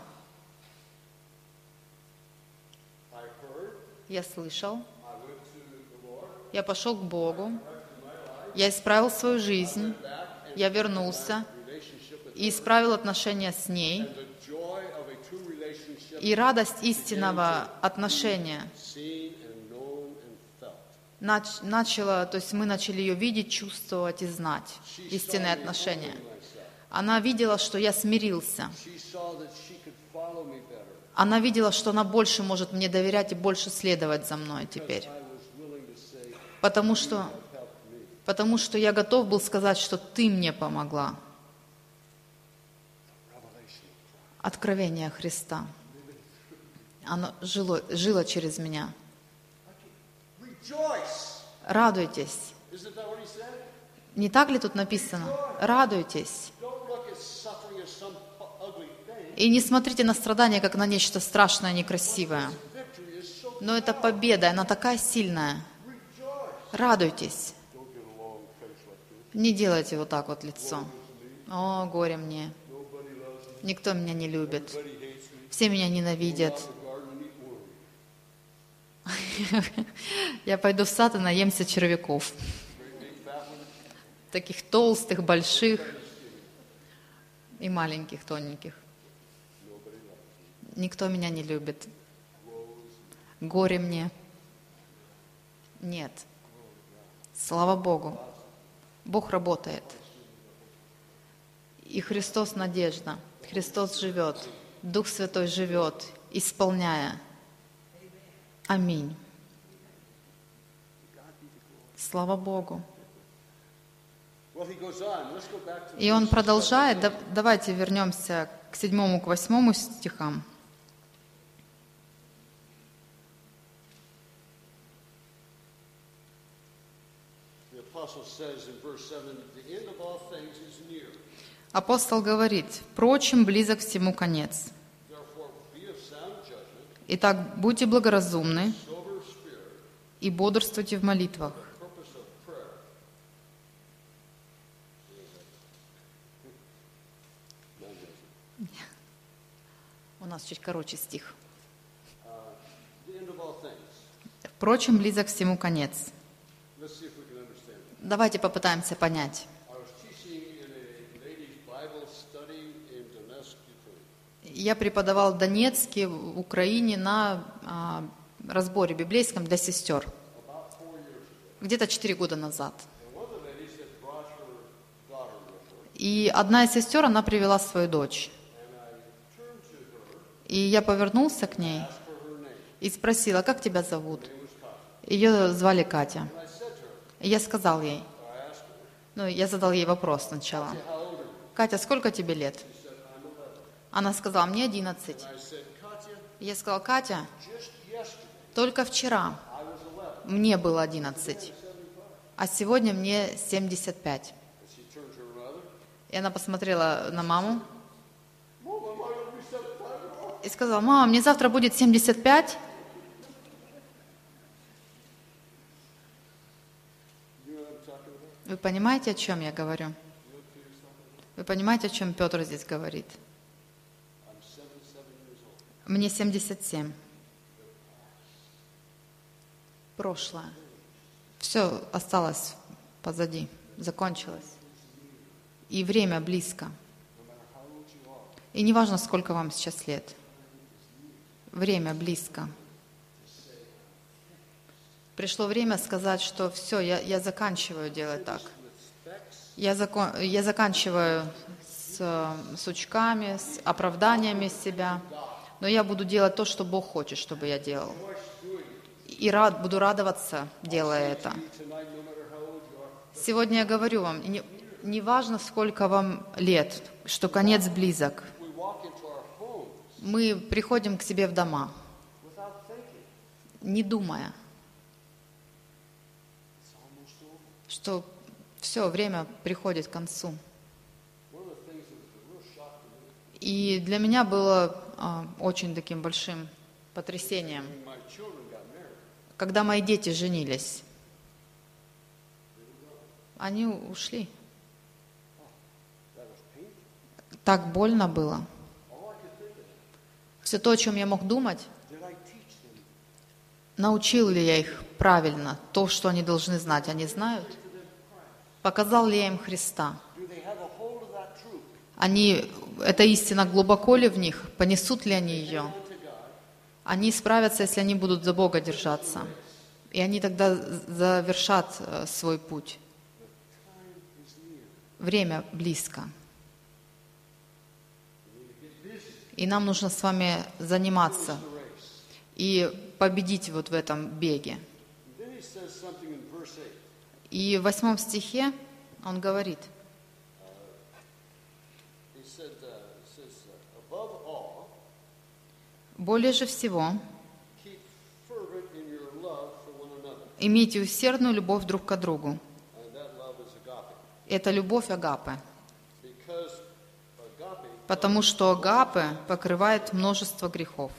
I heard, Я слышал, I went to the Lord, я пошел к Богу, я исправил свою жизнь, я вернулся relationship with и исправил отношения с ней, the joy of a true relationship и радость истинного отношения seen and known and felt. начала, то есть мы начали ее видеть, чувствовать и знать, истинные отношения. Она видела, что я смирился. She saw that she could follow me better. Она видела, что она больше может мне доверять и больше следовать за мной теперь. I was willing to say, Потому что help me. я готов был сказать, что ты мне помогла. Revelation. Откровение Христа. Оно жило через меня. Rejoice. Радуйтесь. Isn't that what he said? Не так ли тут написано? Радуйтесь. Don't look at suffering as some ugly thing. И не смотрите на страдания, как на нечто страшное, некрасивое. Victory is so. Но это победа, она такая сильная. Rejoice. Радуйтесь. Don't get a long face like this. Не делайте вот так вот лицо. О, горе мне. Nobody loves me. Никто меня не любит. Everybody hates me. Все меня ненавидят. Go out in the garden and eat worms. Я пойду в сад и наемся червяков. Great big fat ones. Таких толстых, больших и маленьких, тоненьких. Nobody loves me. Никто меня не любит. Woe is me. Горе мне. Нет. Слава Богу. Бог работает. И Христос надежда. Христос живет. Дух Святой живет, исполняя. Аминь. Слава Богу. Well, he goes on. Let's go back to И он verse продолжает. 7. Давайте вернемся к 7 к 8 стихам. The apostle says in verse 7, the end of all things is near. Апостол говорит: «Впрочем, близок всему конец. Therefore, be of sound judgment, Итак, будьте благоразумны sober spirit, и бодрствуйте в молитвах». purpose of prayer. У нас чуть короче стих. The end of all things. «Впрочем, близок всему конец». Let's see if we can understand it. Давайте попытаемся понять. I was teaching in a ladies' Bible study in Donetsk, Ukraine. Я преподавал в Донецке, в Украине, на разборе библейском для сестер. About 4 years ago. Где-то 4 года назад. And one of the ladies had brought her daughter with her. И одна из сестер, она привела свою дочь. And I turned to her, И я повернулся к ней asked for her name. и спросила: «Как тебя зовут?» It was Katya. Ее звали Катя. And I said to her, И я сказал ей, I asked her, ну, я задал ей вопрос сначала. how old are you? «Катя, сколько тебе лет?» She said, I'm 11. Она сказала: «Мне 11». And I said, Katya, И я сказал: «Катя, just yesterday только вчера I was 11. мне было 11, а сегодня мне 75». And she turned to her mother. И она посмотрела на маму Mom, am I going to be 75 tomorrow? и сказала: «Мама, мне завтра будет 75?» You know what I'm talking about? Вы понимаете, о чем я говорю? Вы понимаете, о чем Петр здесь говорит? I'm 77 years old. Мне 77. Прошлое. Все осталось позади, закончилось. И время близко. No matter how old you are, И не важно, сколько вам сейчас лет. Время близко. Пришло время сказать, что все, я заканчиваю делать так. with specs, Я заканчиваю с с сучками, с оправданиями себя, но я буду делать то, что Бог хочет, чтобы я делал. И буду радоваться, делая это. Tonight, no matter how old you are, Сегодня я говорю вам, не важно, сколько вам лет, что конец близок. we walk into our homes Мы приходим к себе в дома, without thinking. не думая, It's almost over. что все, время приходит к концу. One of the things that was a real shock to me, И для меня было очень таким большим потрясением, when my children got married, когда мои дети женились. Они ушли. that was painful. Так больно было. All I could think of, Все то, о чем я мог думать, did I teach them? научил ли я их правильно, то, что они должны знать, они знают? Показал ли я им Христа? Do they have a hold of that truth? Эта истина глубоко ли в них? Понесут ли они ее? Unto God, Они справятся, если они будут за Бога держаться. И они тогда завершат свой путь. time is near. Время близко. We need to get busy И нам нужно с вами заниматься in the race. и победить вот в этом беге. And then he says something in verse 8. И в 8 стихе он говорит, He says, above all, «Более же всего, keep fervent in your love for one another. имейте усердную любовь друг к другу». And that love is agape. Это любовь агапы, Because agape, потому что агапы покрывает множество грехов.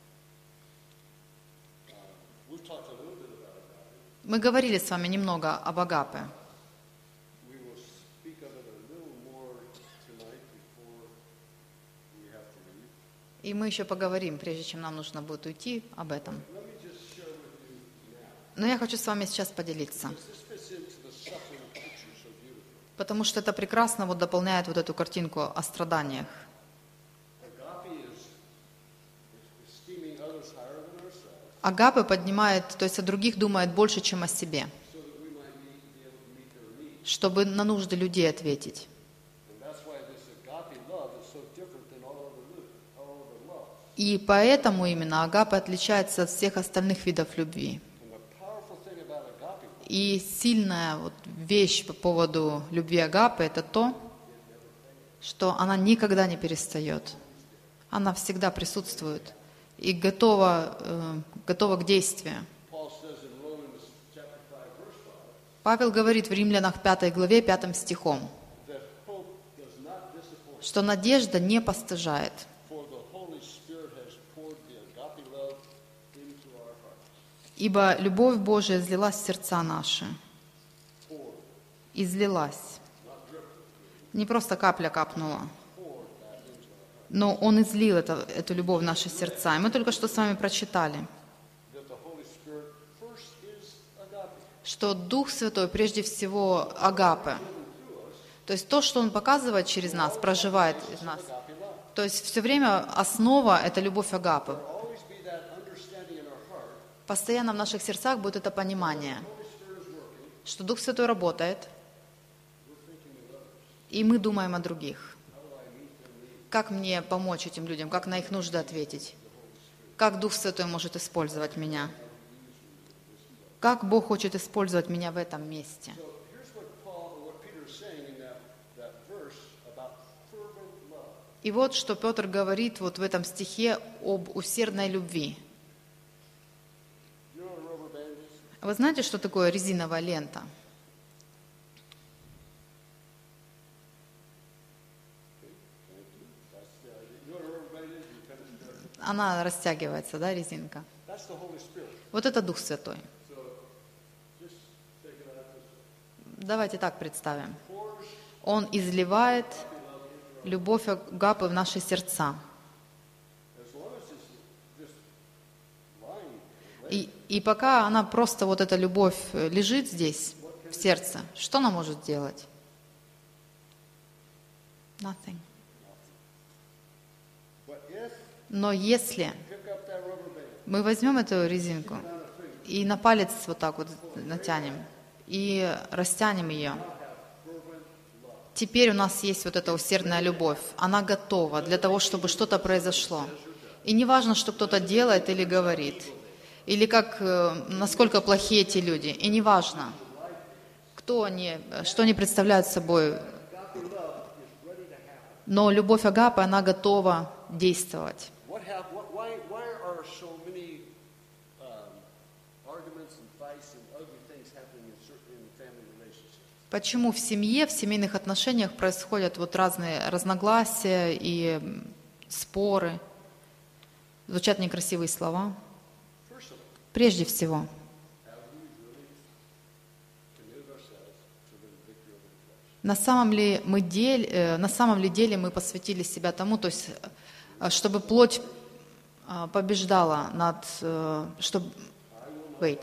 we've talked a little bit about agape. Мы говорили с вами немного об агапе. We will speak of it a little more tonight before we have to leave. И мы еще поговорим, прежде чем нам нужно будет уйти, об этом. Let me just share with you now. Но я хочу с вами сейчас поделиться, Because this fits into the suffering picture so beautifully. потому что это прекрасно вот дополняет вот эту картинку о страданиях. Agape is esteeming others higher than ourselves Агапе поднимает, то есть о других думает больше, чем о себе, so that we might be able to meet their needs. чтобы на нужды людей ответить. And that's why this agape love is so different than all other love. И поэтому именно агапе отличается от всех остальных видов любви. And the powerful thing about agape love И сильная вот вещь по поводу любви агапе – это то, что она никогда не перестает. Она всегда присутствует и готова к действию. Paul says in Romans chapter 5, verse 5, Павел говорит в Римлянах 5 главе 5 стихом, that hope does not disappoint, что надежда не постыжает, for the Holy Spirit has poured the agape love into our hearts. ибо любовь Божия излилась в сердца наши. Poured, Излилась. not dripped, Не просто капля капнула, poured that into our hearts. но Он излил эту любовь в наши сердца. И мы только что с вами прочитали, That the Holy Spirit first is agape. что Дух Святой прежде всего агапе. То есть то, что Он показывает через нас, проживает из нас. Agape love. То есть все время основа – это любовь агапы. Always be that understanding in our heart. Постоянно в наших сердцах будет это понимание, Holy Spirit is working. что Дух Святой работает, и мы думаем о других. Как мне помочь этим людям, как на их нужды ответить? Как Дух Святой может использовать меня? Как Бог хочет использовать меня в этом месте? So here's what Peter is saying in that verse about fervent love. И вот что Петр говорит вот в этом стихе об усердной любви. You know what a rubber band is? Вы знаете, что такое резиновая лента? Thank you. That's the idea. You know what a rubber band is? You kind of Она растягивается, да, резинка? That's the Holy Spirit. Вот это Дух Святой. So just take it out this Давайте так представим. pours Он изливает любовь агапы в наши сердца. as long as it's just lying. И пока она просто, вот эта любовь лежит здесь, в сердце, что она может делать? Nothing. But if Но если pick up that rubber band, мы возьмем эту резинку и на палец вот так вот натянем, и растянем ее, have fervent love. теперь у нас есть вот эта усердная любовь. Она готова для того, чтобы что-то произошло. И не важно, что кто-то делает или говорит, или насколько плохие эти люди. И не важно, кто они, что они представляют собой. Но любовь Агапы, она готова действовать. Why are so many arguments and fights and ugly things happening in family relationships? Почему в семье, в семейных отношениях происходят вот разные разногласия и споры, звучат некрасивые слова? First of all, Прежде всего, have we really committed ourselves to the victory over the flesh? на самом ли деле мы посвятили себя тому, то есть, чтобы плоть побеждала чтобы... Wait.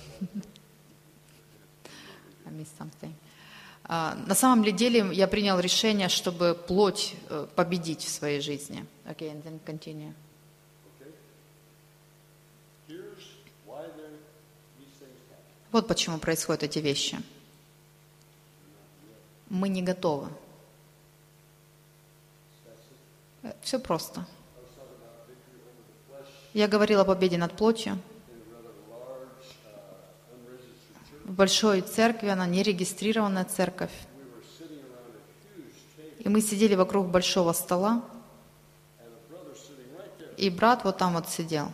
I missed something. На самом ли деле я принял решение, чтобы плоть победить в своей жизни? Okay, and then continue. Okay? Here's why these things happen. Вот почему происходят эти вещи. Мы не готовы. Все просто. Я говорила о победе над плотью. В большой церкви, она нерегистрированная церковь. И мы сидели вокруг большого стола, и брат вот там вот сидел.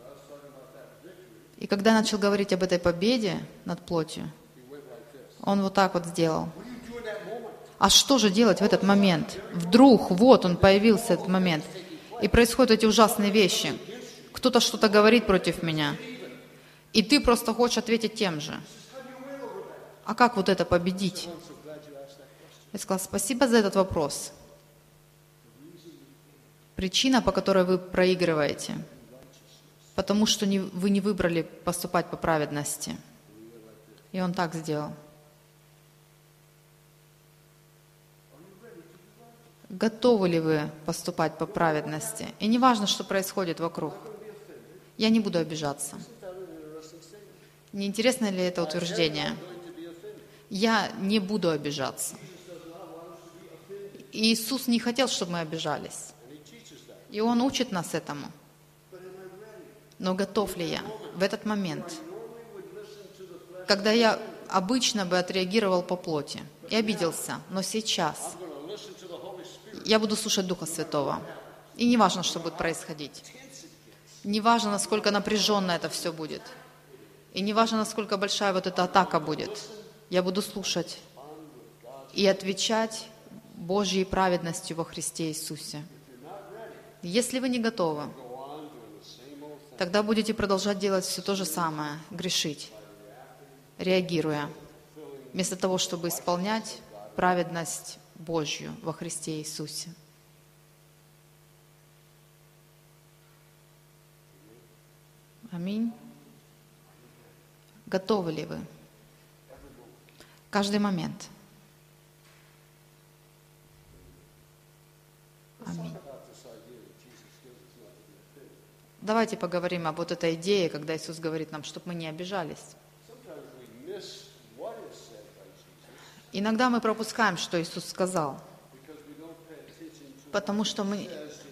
И когда я начал говорить об этой победе над плотью, он вот так вот сделал. А что же делать в этот момент? Вдруг, вот он появился этот момент, и происходят эти ужасные вещи. Кто-то что-то говорит против меня, и ты просто хочешь ответить тем же. А как вот это победить? Я сказала, спасибо за этот вопрос. Причина, по которой вы проигрываете, потому что вы не выбрали поступать по праведности. И он так сделал. Готовы ли вы поступать по праведности? И не важно, что происходит вокруг. Я не буду обижаться. Не интересно ли это утверждение? Я не буду обижаться. Иисус не хотел, чтобы мы обижались. И Он учит нас этому. Но готов ли я в этот момент, когда я обычно бы отреагировал по плоти и обиделся, но сейчас я буду слушать Духа Святого. И не важно, что будет происходить. Не важно, насколько напряженно это все будет. И не важно, насколько большая вот эта атака будет. Я буду слушать и отвечать Божьей праведностью во Христе Иисусе. Если вы не готовы, тогда будете продолжать делать все то же самое, грешить, реагируя, вместо того, чтобы исполнять праведность Божью во Христе Иисусе. Аминь. Готовы ли вы? Каждый момент. Аминь. Давайте поговорим об вот этой идее, когда Иисус говорит нам, чтобы мы не обижались. Иногда мы пропускаем, что Иисус сказал, потому что мы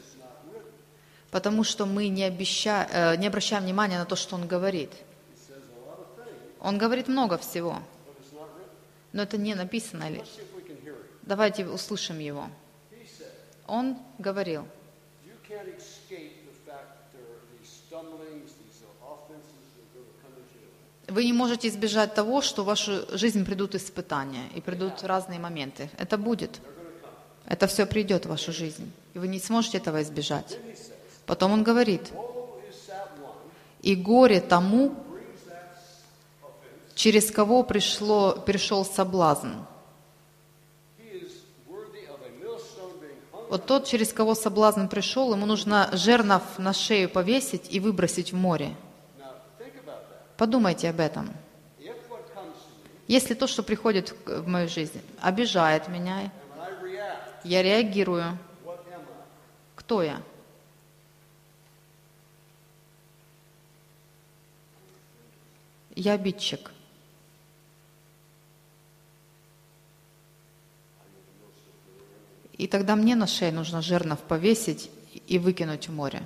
не обращаем внимания на то, что Он говорит. Он говорит много всего, но это не написано ли? Давайте услышим Его. Он говорил, вы не можете избежать того, что в вашу жизнь придут испытания и придут разные моменты. Это будет. Это все придет в вашу жизнь. И вы не сможете этого избежать. Потом он говорит, и горе тому, через кого пришел соблазн. Вот тот, через кого соблазн пришел, ему нужно жернов на шею повесить и выбросить в море. Подумайте об этом. Если то, что приходит в мою жизнь, обижает меня, я реагирую. Кто я? Я обидчик. И тогда мне на шею нужно жернов повесить и выкинуть в море.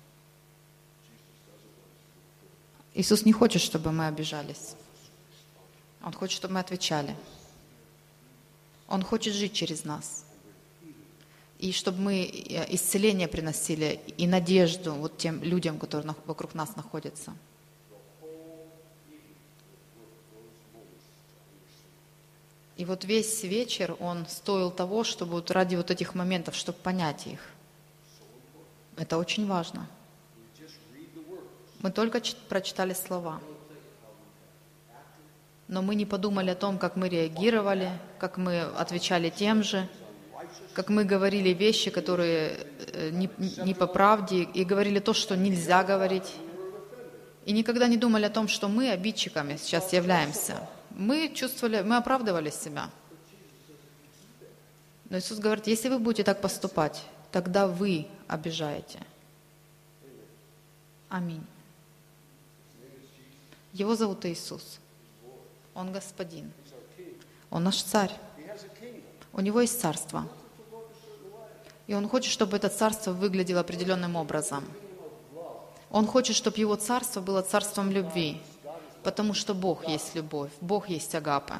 Иисус не хочет, чтобы мы обижались. Он хочет, чтобы мы отвечали. Он хочет жить через нас. И чтобы мы исцеление приносили и надежду вот тем людям, которые вокруг нас находятся. И вот весь вечер он стоил того, чтобы вот ради вот этих моментов, чтобы понять их. Это очень важно. Мы только прочитали слова. Но мы не подумали о том, как мы реагировали, как мы отвечали тем же, как мы говорили вещи, которые не по правде, и говорили то, что нельзя говорить. И никогда не думали о том, что мы обидчиками сейчас являемся. Мы чувствовали, мы оправдывали себя. Но Иисус говорит, если вы будете так поступать, тогда вы обижаете. Аминь. Его зовут Иисус. Он Господин. Он наш Царь. У Него есть царство. И Он хочет, чтобы это царство выглядело определенным образом. Он хочет, чтобы Его царство было царством любви, потому что Бог есть любовь, Бог есть агапа.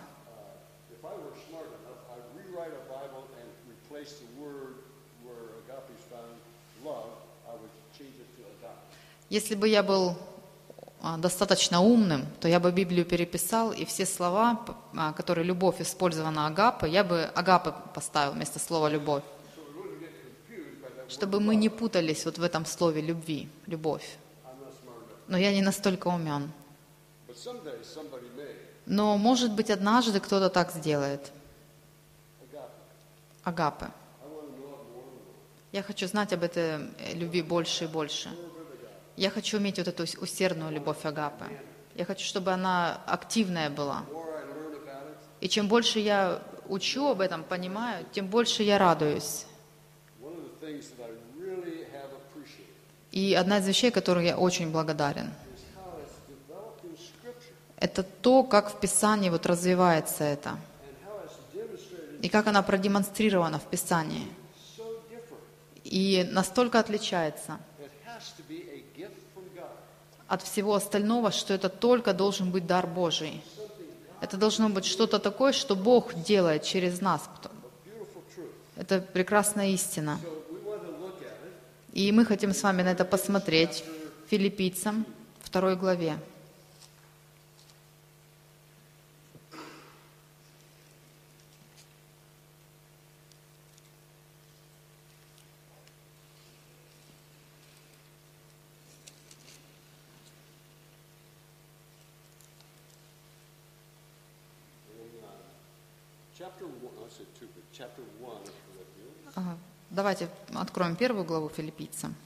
Если бы я был достаточно умным, то я бы Библию переписал, и все слова, которые любовь использована агапы, я бы агапы поставил вместо слова любовь. Чтобы мы не путались вот в этом слове любви, любовь. Но я не настолько умен. Но, может быть, однажды кто-то так сделает. Агапы. Я хочу знать об этой любви больше и больше. Я хочу иметь вот эту усердную любовь агапы. Я хочу, чтобы она активная была. И чем больше я учу об этом, понимаю, тем больше я радуюсь. И одна из вещей, которой я очень благодарен, это то, как в Писании вот развивается это. И как она продемонстрирована в Писании. И настолько отличается от всего остального, что это только должен быть дар Божий. Это должно быть что-то такое, что Бог делает через нас. Это прекрасная истина. И мы хотим с вами на это посмотреть в Филиппийцам 2 главе. Давайте откроем 1 главу Филиппийцам.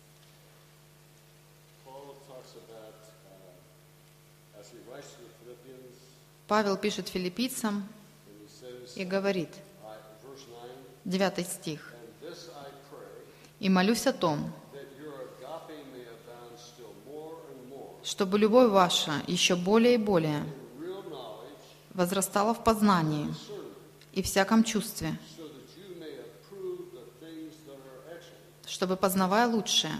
Павел пишет филиппийцам и говорит, 9 стих, «И молюсь о том, чтобы любовь ваша еще более и более возрастала в познании и всяком чувстве, чтобы, познавая лучшее,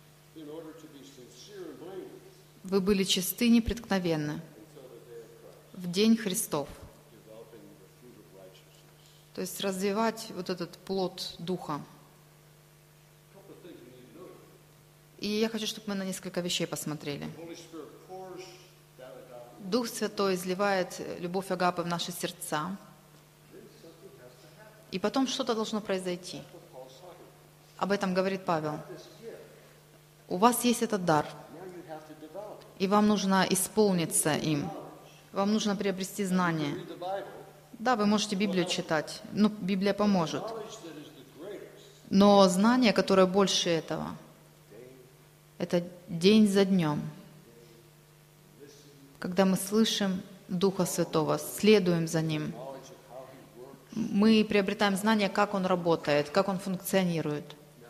вы были чисты и непреткновенны в день Христов». То есть развивать вот этот плод Духа. И я хочу, чтобы мы на несколько вещей посмотрели. Дух Святой изливает любовь агапы в наши сердца. И потом что-то должно произойти. Об этом говорит Павел. У вас есть этот дар, и вам нужно исполниться им. Вам нужно приобрести знания. Да, вы можете Библию читать, Библия поможет. Но знание, которое больше этого, это день за днем. Когда мы слышим Духа Святого, следуем за Ним, мы приобретаем знание, как Он работает, как Он функционирует.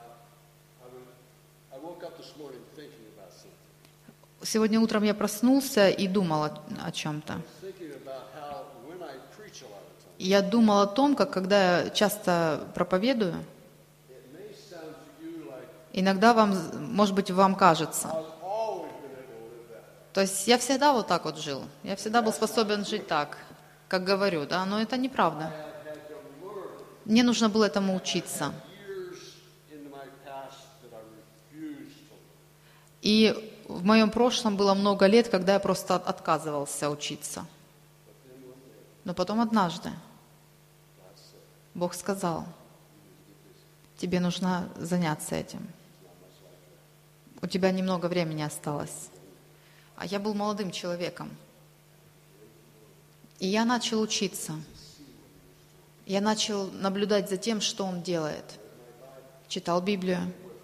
Сегодня утром я проснулся и думал о чем-то. Я думал о том, как когда я часто проповедую, it may sound to you like иногда вам, может быть, вам кажется. I've always been able to live that way. То есть я всегда вот так вот жил. Я всегда был способен жить так, как говорю, да, но это неправда. I have had to learn Мне нужно было этому учиться. years in my past that I refused to learn. И в моем прошлом было много лет, когда я просто отказывался учиться. Но потом однажды Бог сказал, тебе нужно заняться этим. У тебя немного времени осталось. А я был молодым человеком. И я начал учиться. Я начал наблюдать за тем, что Он делает. Читал Библию.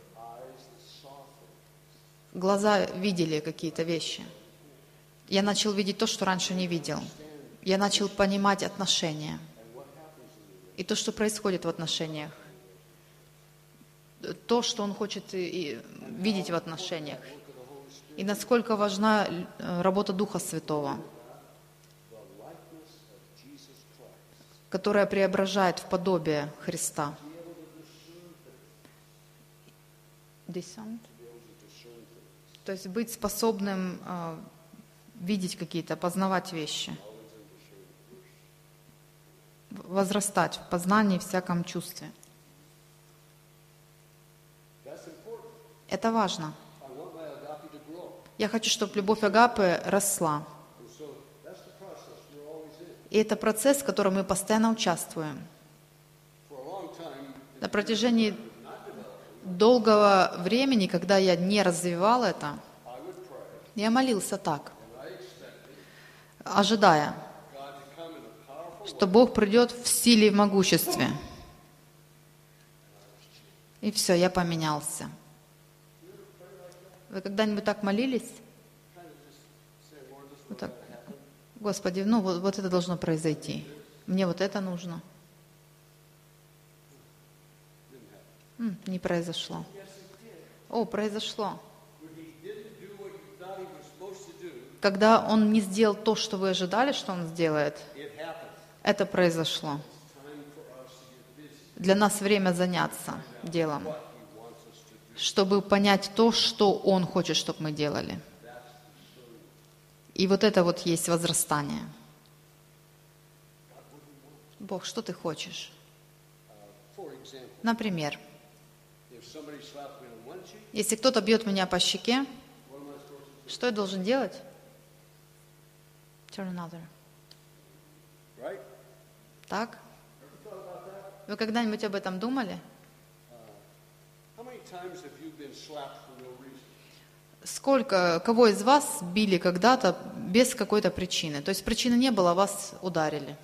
Глаза видели какие-то вещи. Я начал видеть то, что раньше не видел. Я начал понимать отношения. И то, что происходит в отношениях. То, что Он хочет и видеть в отношениях. И насколько важна работа Духа Святого, которая преображает в подобие Христа. Discerned? То есть быть способным видеть какие-то, познавать вещи, возрастать в познании, в всяком чувстве. Это важно. I want my agape to grow. Я хочу, чтобы любовь Агапы росла. And so that's the process we're always in. И это процесс, в котором мы постоянно участвуем. For a long time, На протяжении долгого времени, когда я не развивал это, I would pray я молился так, and I expected ожидая, God to come in a powerful что Бог придет в силе и в могуществе. И все, я поменялся. Вы когда-нибудь так молились? say, Lord, this Вот так. Господи, ну вот это должно произойти. Мне вот это нужно. Не произошло. О, произошло. when he didn't do what you thought he was supposed to do, Когда Он не сделал то, что вы ожидали, что Он сделает, it happened. это произошло. Time for us to get busy. Для нас время заняться делом, What he wants us to do. чтобы понять то, что Он хочет, чтобы мы делали. И вот это вот есть возрастание. Бог, что Ты хочешь? For example, Например, if somebody slapped me on one cheek, если кто-то бьет меня по щеке, what am I supposed to что я должен делать? Turn another. do? Right? Так? Вы когда-нибудь об этом думали? How many times have you been slapped for no reason? Кого из вас били когда-то без какой-то причины? То есть причины не было, вас ударили.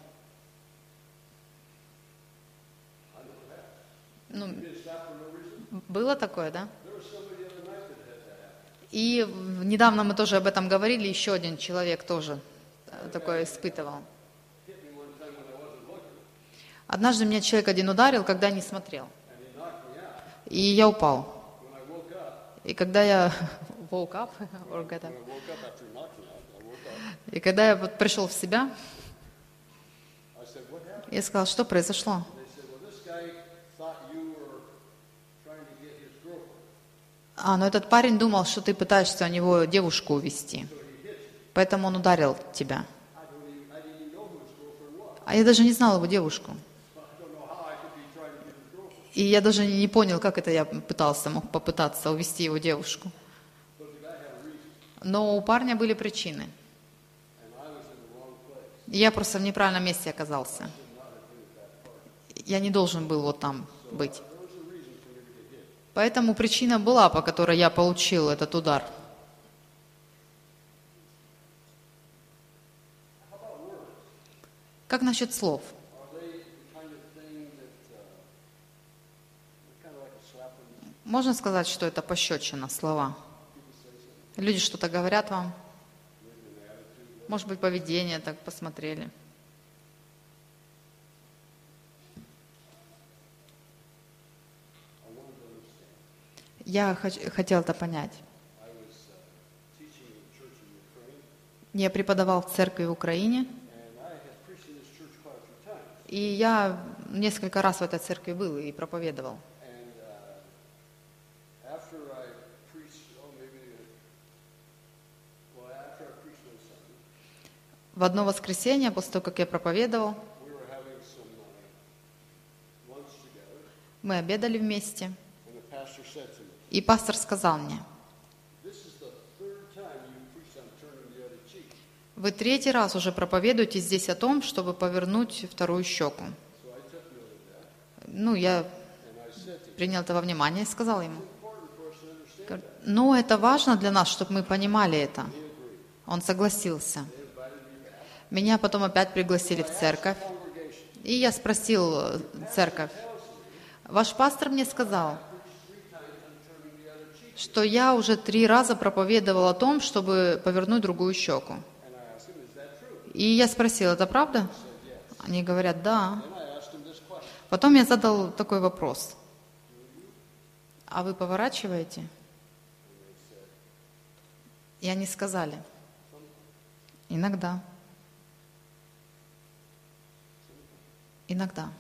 Ну, Been slapped for no reason? было такое, да? There was somebody the other night that had that happen. И недавно мы тоже об этом говорили, еще один человек тоже такое испытывал. Hit me one time when I wasn't looking, Однажды меня человек один ударил, когда я не смотрел. and he knocked me out. И я упал. When I woke up, И когда я woke up, or got up, when I woke up after knocking out, I woke up. и когда я вот пришел в себя, I said, what happened? я сказал, что произошло? They said, well, this guy thought you were trying to get his girlfriend. Но этот парень думал, что ты пытаешься у него девушку увести. Поэтому он ударил тебя. I didn't even know who his girlfriend was. А я даже не знал его девушку. I don't know how I could be trying to get his girlfriend. И я даже не понял, как это я мог попытаться увести его девушку. But the guy had a reason, Но у парня были причины. and I was in the wrong place. И я просто в неправильном месте оказался. Я не должен был вот там быть. There was a reason for me to get hit. Поэтому причина была, по которой я получил этот удар. Как насчет слов? Are they the kind of thing that, kind of like a slap in the Можно сказать, что это пощечина, слова? Люди что-то говорят вам? Может быть, поведение так посмотрели? Я хотел это понять. I was teaching in a church in Ukraine, Я преподавал в церкви в Украине, and I had preached in this church quite a few times. И я несколько раз в этой церкви был и проповедовал. And after I preached, after I preached one Sunday, В одно воскресенье, после того, как я проповедовал, we were having some lunch together, мы обедали вместе, and the pastor said to me, и пастор сказал мне: "This is the third time you preached on turning the other cheek." вы 3-й раз уже проповедуете здесь о том, чтобы повернуть вторую щеку. So I took note of that, Ну, я and I said to him, принял это во внимание и сказал ему: "Important for us to understand." говорит, ну, это важно для нас, чтобы мы понимали это. Он согласился. Меня потом опять пригласили в церковь. Congregation, И я спросил церковь: ваш пастор мне сказал, что я уже 3 раза проповедовал о том, чтобы повернуть другую щеку. and I asked him, "Is that true?" И я спросил: это правда? Они говорят: да. Then I asked him this question: Потом я задал такой вопрос: а вы поворачиваете? И они сказали: иногда. Иногда.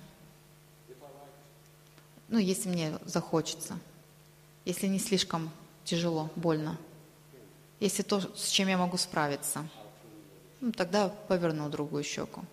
Ну, если мне захочется. Если не слишком тяжело, больно. Если то, с чем я могу справиться. Ну, тогда поверну другую щеку.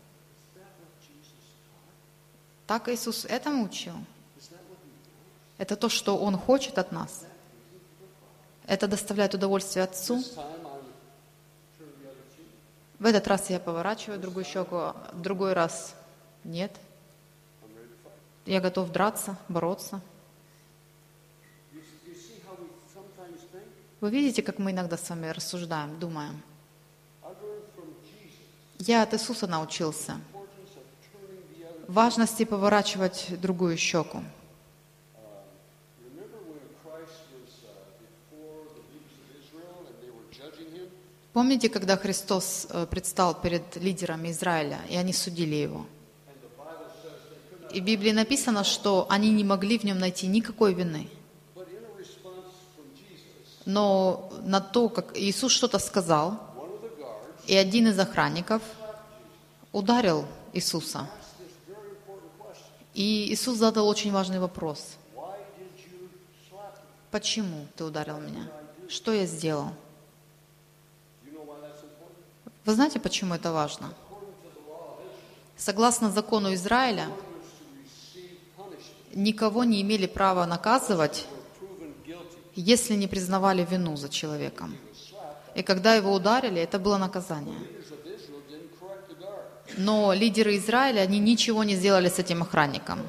Так Иисус этому учил. Это то, что Он хочет от нас. Это доставляет удовольствие Отцу. This time I'm turning the other cheek. В этот раз я поворачиваю другую щеку, а в другой раз нет. I'm ready to fight. Я готов драться, бороться. You see how we sometimes think? Вы видите, как мы иногда с вами рассуждаем, думаем. I've learned from Jesus Я от Иисуса научился importance of turning the other. важности поворачивать другую щеку. Remember when Christ was before the leaders of Israel and they were judging him? Помните, когда Христос предстал перед лидерами Израиля, и они судили Его? И в Библии написано, что они не могли в Нем найти никакой вины. But in a response from Jesus, Но на то, как Иисус что-то сказал, one of the guards и один из охранников ударил Иисуса. asked this very important question: И Иисус задал очень важный вопрос. Why did you slap me? Почему ты ударил меня? Что я сделал? Do you know why that's important? Вы знаете, почему это важно? Согласно закону Израиля, Receive punishment никого не имели права наказывать, or proven guilty. если не признавали вину за человеком. И когда его ударили, это было наказание. Leaders of Israel didn't correct the guard. Но лидеры Израиля, они ничего не сделали с этим охранником.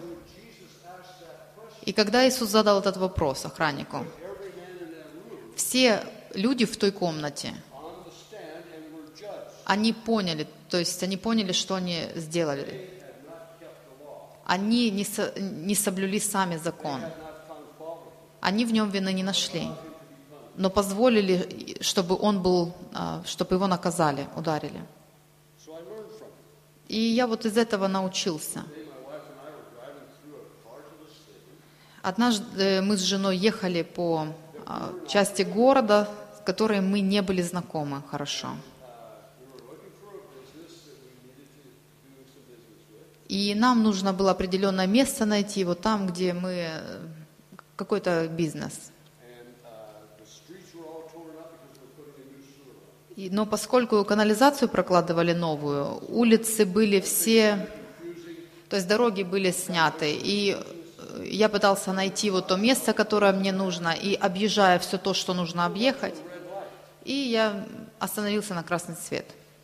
И когда Иисус задал этот вопрос охраннику, Every man in that room все люди в той комнате, on the stand and were judged. они поняли, то есть они поняли, что они сделали. Had not kept the law. Они не соблюли сами закон. Had not found fault with him. Они в нем вины не нашли, но позволили, чтобы он был, чтобы его наказали, ударили. So I learned from him. И я вот из этого научился. My wife and I were driving through a part of the city. Однажды мы с женой ехали по части города, с которой мы не были знакомы хорошо. We were looking for a business that we needed to do some business with. И нам нужно было определенное место найти, вот там, где мы какой-то бизнес. And the streets were all torn up because we're putting a new sewer line. Но поскольку канализацию прокладывали новую, улицы были все, то есть дороги были сняты, и я пытался найти вот то место, которое мне нужно, и объезжая все то, что нужно объехать, и я остановился на красный свет.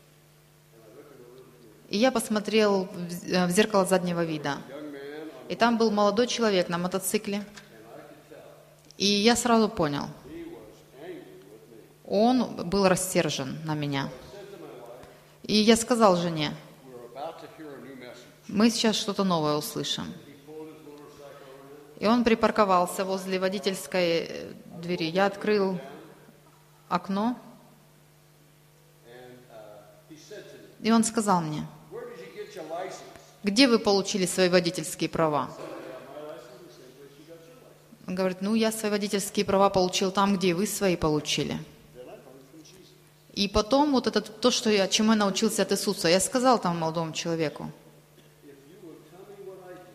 И я посмотрел в зеркало заднего вида, Young man, и там был молодой человек на мотоцикле, и я сразу понял, he was angry with me. он был рассержен на меня. И я сказал жене: We're about to hear a new message. мы сейчас что-то новое услышим. И он припарковался возле водительской двери. Я открыл окно, And he said to me, и он сказал мне: "Where did you get your license?" где вы получили свои водительские права? Он говорит: ну, я свои водительские права получил там, где и вы свои получили. И потом вот это то, чему я научился от Иисуса, я сказал тому молодому человеку: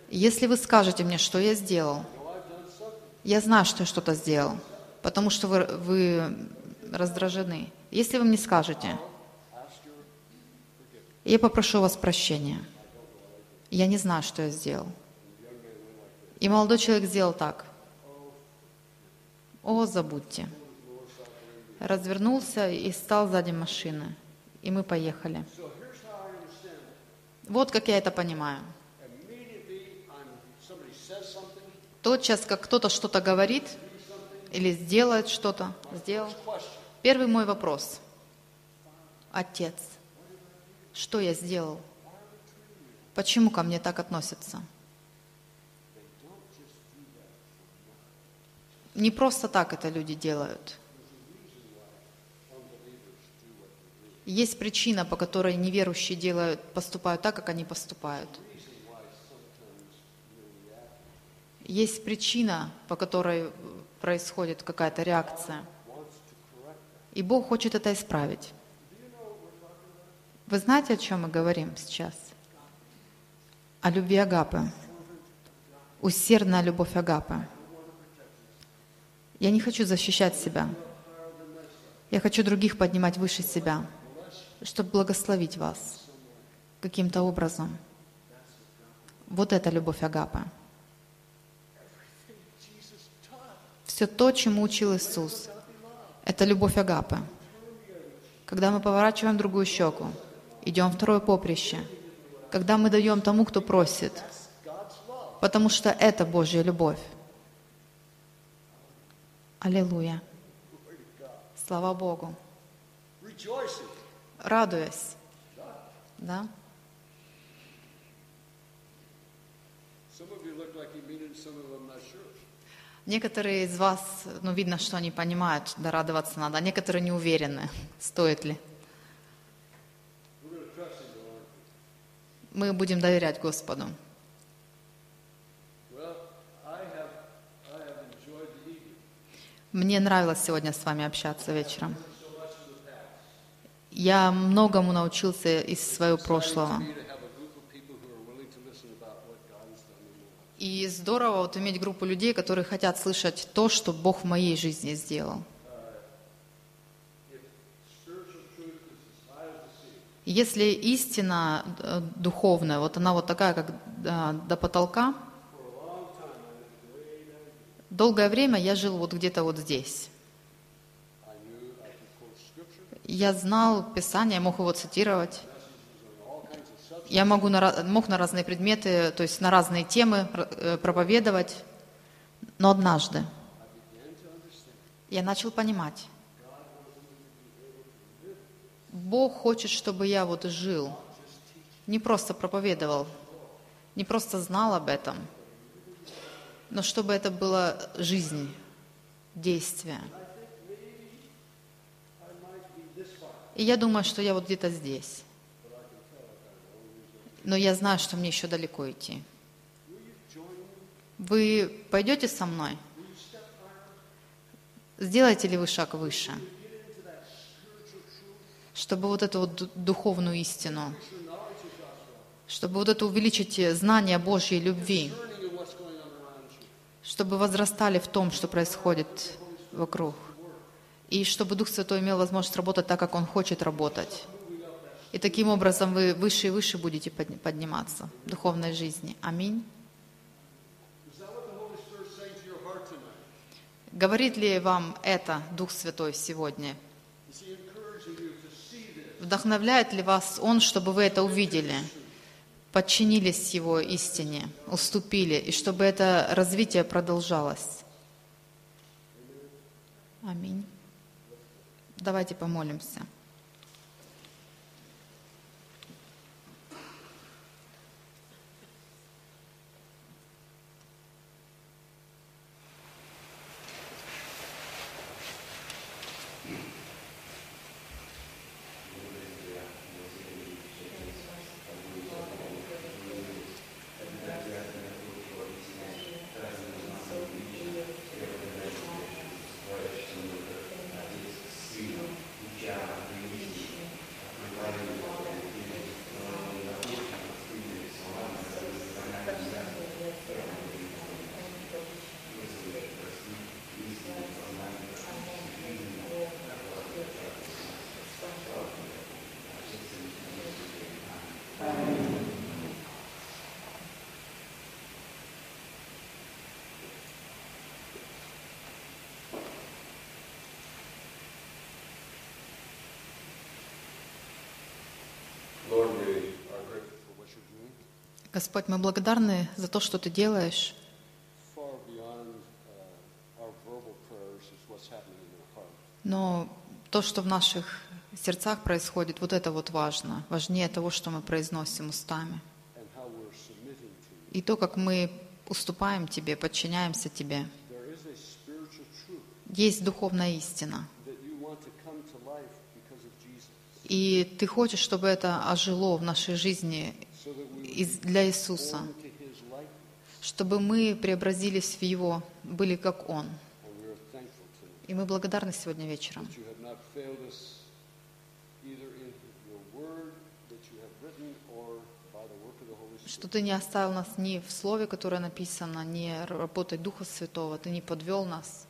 Если вы скажете мне, что я сделал, я знаю, что я что-то сделал, потому что вы раздражены. Если вы мне скажете, я попрошу вас прощения. Я не знаю, что я сделал. И молодой человек сделал так. О, забудьте. Развернулся и стал сзади машины. И мы поехали. Вот как я это понимаю. Тотчас, как кто-то что-то говорит или сделает что-то, сделал. Первый мой вопрос. Отец, что я сделал? Почему ко мне так относятся? Не просто так это люди делают. Есть причина, по которой неверующие поступают так, как они поступают. Есть причина, по которой происходит какая-то реакция. И Бог хочет это исправить. Вы знаете, о чем мы говорим сейчас? О любви Агапы. Усердная любовь Агапы. Я не хочу защищать себя. Я хочу других поднимать выше себя, чтобы благословить вас каким-то образом. Вот это любовь Агапы. Все то, чему учил Иисус, это любовь Агапы. Когда мы поворачиваем другую щеку, идем второе поприще, когда мы даем тому, кто просит, потому что это Божья любовь. Аллилуйя. Слава Богу. Радуясь. Да? Некоторые из вас, видно, что они понимают, да радоваться надо, а некоторые не уверены, стоит ли. Мы будем доверять Господу. Мне нравилось сегодня с вами общаться вечером. Я многому научился из своего прошлого. И здорово иметь группу людей, которые хотят слышать то, что Бог в моей жизни сделал. Если истина духовная, она такая, как до потолка, долгое время я жил где-то здесь. Я знал Писание, я мог его цитировать. Я мог на разные предметы, то есть на разные темы проповедовать. Но однажды я начал понимать, Бог хочет, чтобы я жил, не просто проповедовал, не просто знал об этом, но чтобы это была жизнь, действие. И я думаю, что я где-то здесь. Но я знаю, что мне еще далеко идти. Вы пойдете со мной? Сделаете ли вы шаг выше? Чтобы эту духовную истину, чтобы это увеличить знание Божьей любви, чтобы возрастали в том, что происходит вокруг. И чтобы Дух Святой имел возможность работать так, как Он хочет работать. И таким образом вы выше и выше будете подниматься в духовной жизни. Аминь. Говорит ли вам это Дух Святой сегодня? Вдохновляет ли вас Он, чтобы вы это увидели, подчинились Его истине, уступили, и чтобы это развитие продолжалось? Аминь. Давайте помолимся. Господь, мы благодарны за то, что Ты делаешь, far beyond our verbal prayers is what's happening in our heart. но то, что в наших сердцах происходит, вот это вот важно, важнее того, что мы произносим устами. And how we're submitting to you. И то, как мы уступаем Тебе, подчиняемся Тебе. There is a spiritual truth Есть духовная истина, that you want to come to life because of Jesus, и Ты хочешь, чтобы это ожило в нашей жизни so that we для Иисуса, come to His likeness. чтобы мы преобразились в Его, были как Он. And we are thankful tonight И мы благодарны сегодня вечером, that you have not failed us either in your word that you have written or by the work of the Holy что Spirit. Ты не оставил нас ни в Слове, которое написано, ни работой Духа Святого, Ты не подвел нас.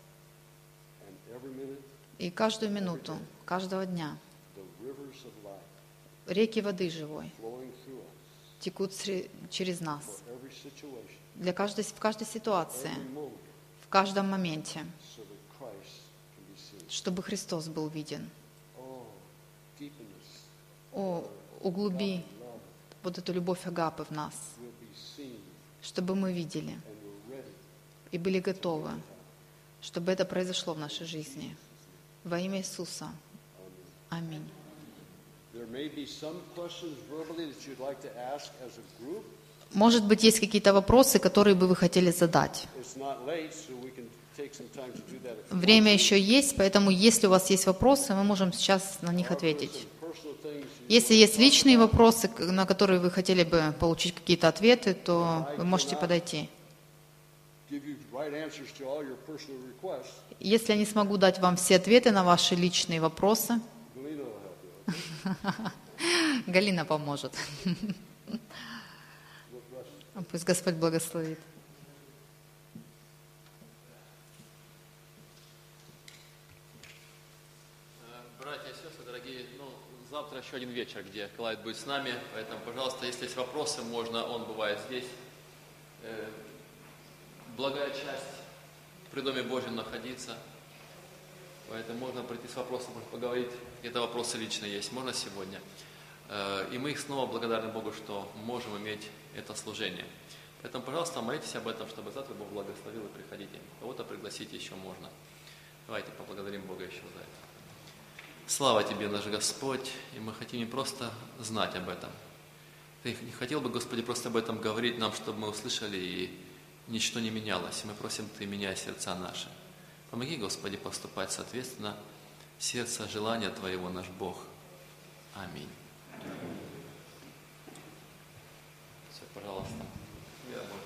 And every minute, И каждую минуту, каждого дня the rivers of life реки воды живой flowing through us текут через нас, for every situation, в каждой ситуации, every moment, в каждом моменте, so that Christ can be seen. чтобы Христос был виден. Oh, deepen us. О, углуби Love вот эту любовь Агапы в нас, will be seen чтобы мы видели and we're ready. и были готовы, чтобы это произошло в нашей жизни. Во имя Иисуса. Аминь. There may be some questions verbally that you'd like to ask as a group. Может быть, есть какие-то вопросы, которые бы вы хотели задать. It's not late, so we can take some time to do that. If you Время want to. еще есть, поэтому если у вас есть вопросы, мы можем сейчас на них Or if there's ответить. some personal things you Если want есть to talk личные about, вопросы, на которые вы хотели бы получить какие-то ответы, то вы можете подойти. give you right answers to all your personal requests. Если я не смогу дать вам все ответы на ваши личные вопросы, Galina will help you. Галина поможет. God bless you. Пусть Господь благословит. Братья и сестры, дорогие, завтра еще один вечер, где Клайд будет с нами, поэтому, пожалуйста, если есть вопросы, можно, он бывает здесь. Благая часть при Доме Божьем находиться, поэтому можно прийти с вопросом, можно поговорить, где-то вопросы личные есть, можно сегодня. И мы снова благодарны Богу, что можем иметь это служение. Поэтому, пожалуйста, молитесь об этом, чтобы завтра Бог благословил, и приходите. Кого-то пригласить еще можно. Давайте поблагодарим Бога еще за это. Слава Тебе, наш Господь, и мы хотим не просто знать об этом. Ты не хотел бы, Господи, просто об этом говорить нам, чтобы мы услышали, и ничто не менялось. Мы просим Ты, меняй сердца наши. Помоги, Господи, поступать соответственно сердца желания Твоего, наш Бог. Аминь. Все, пожалуйста.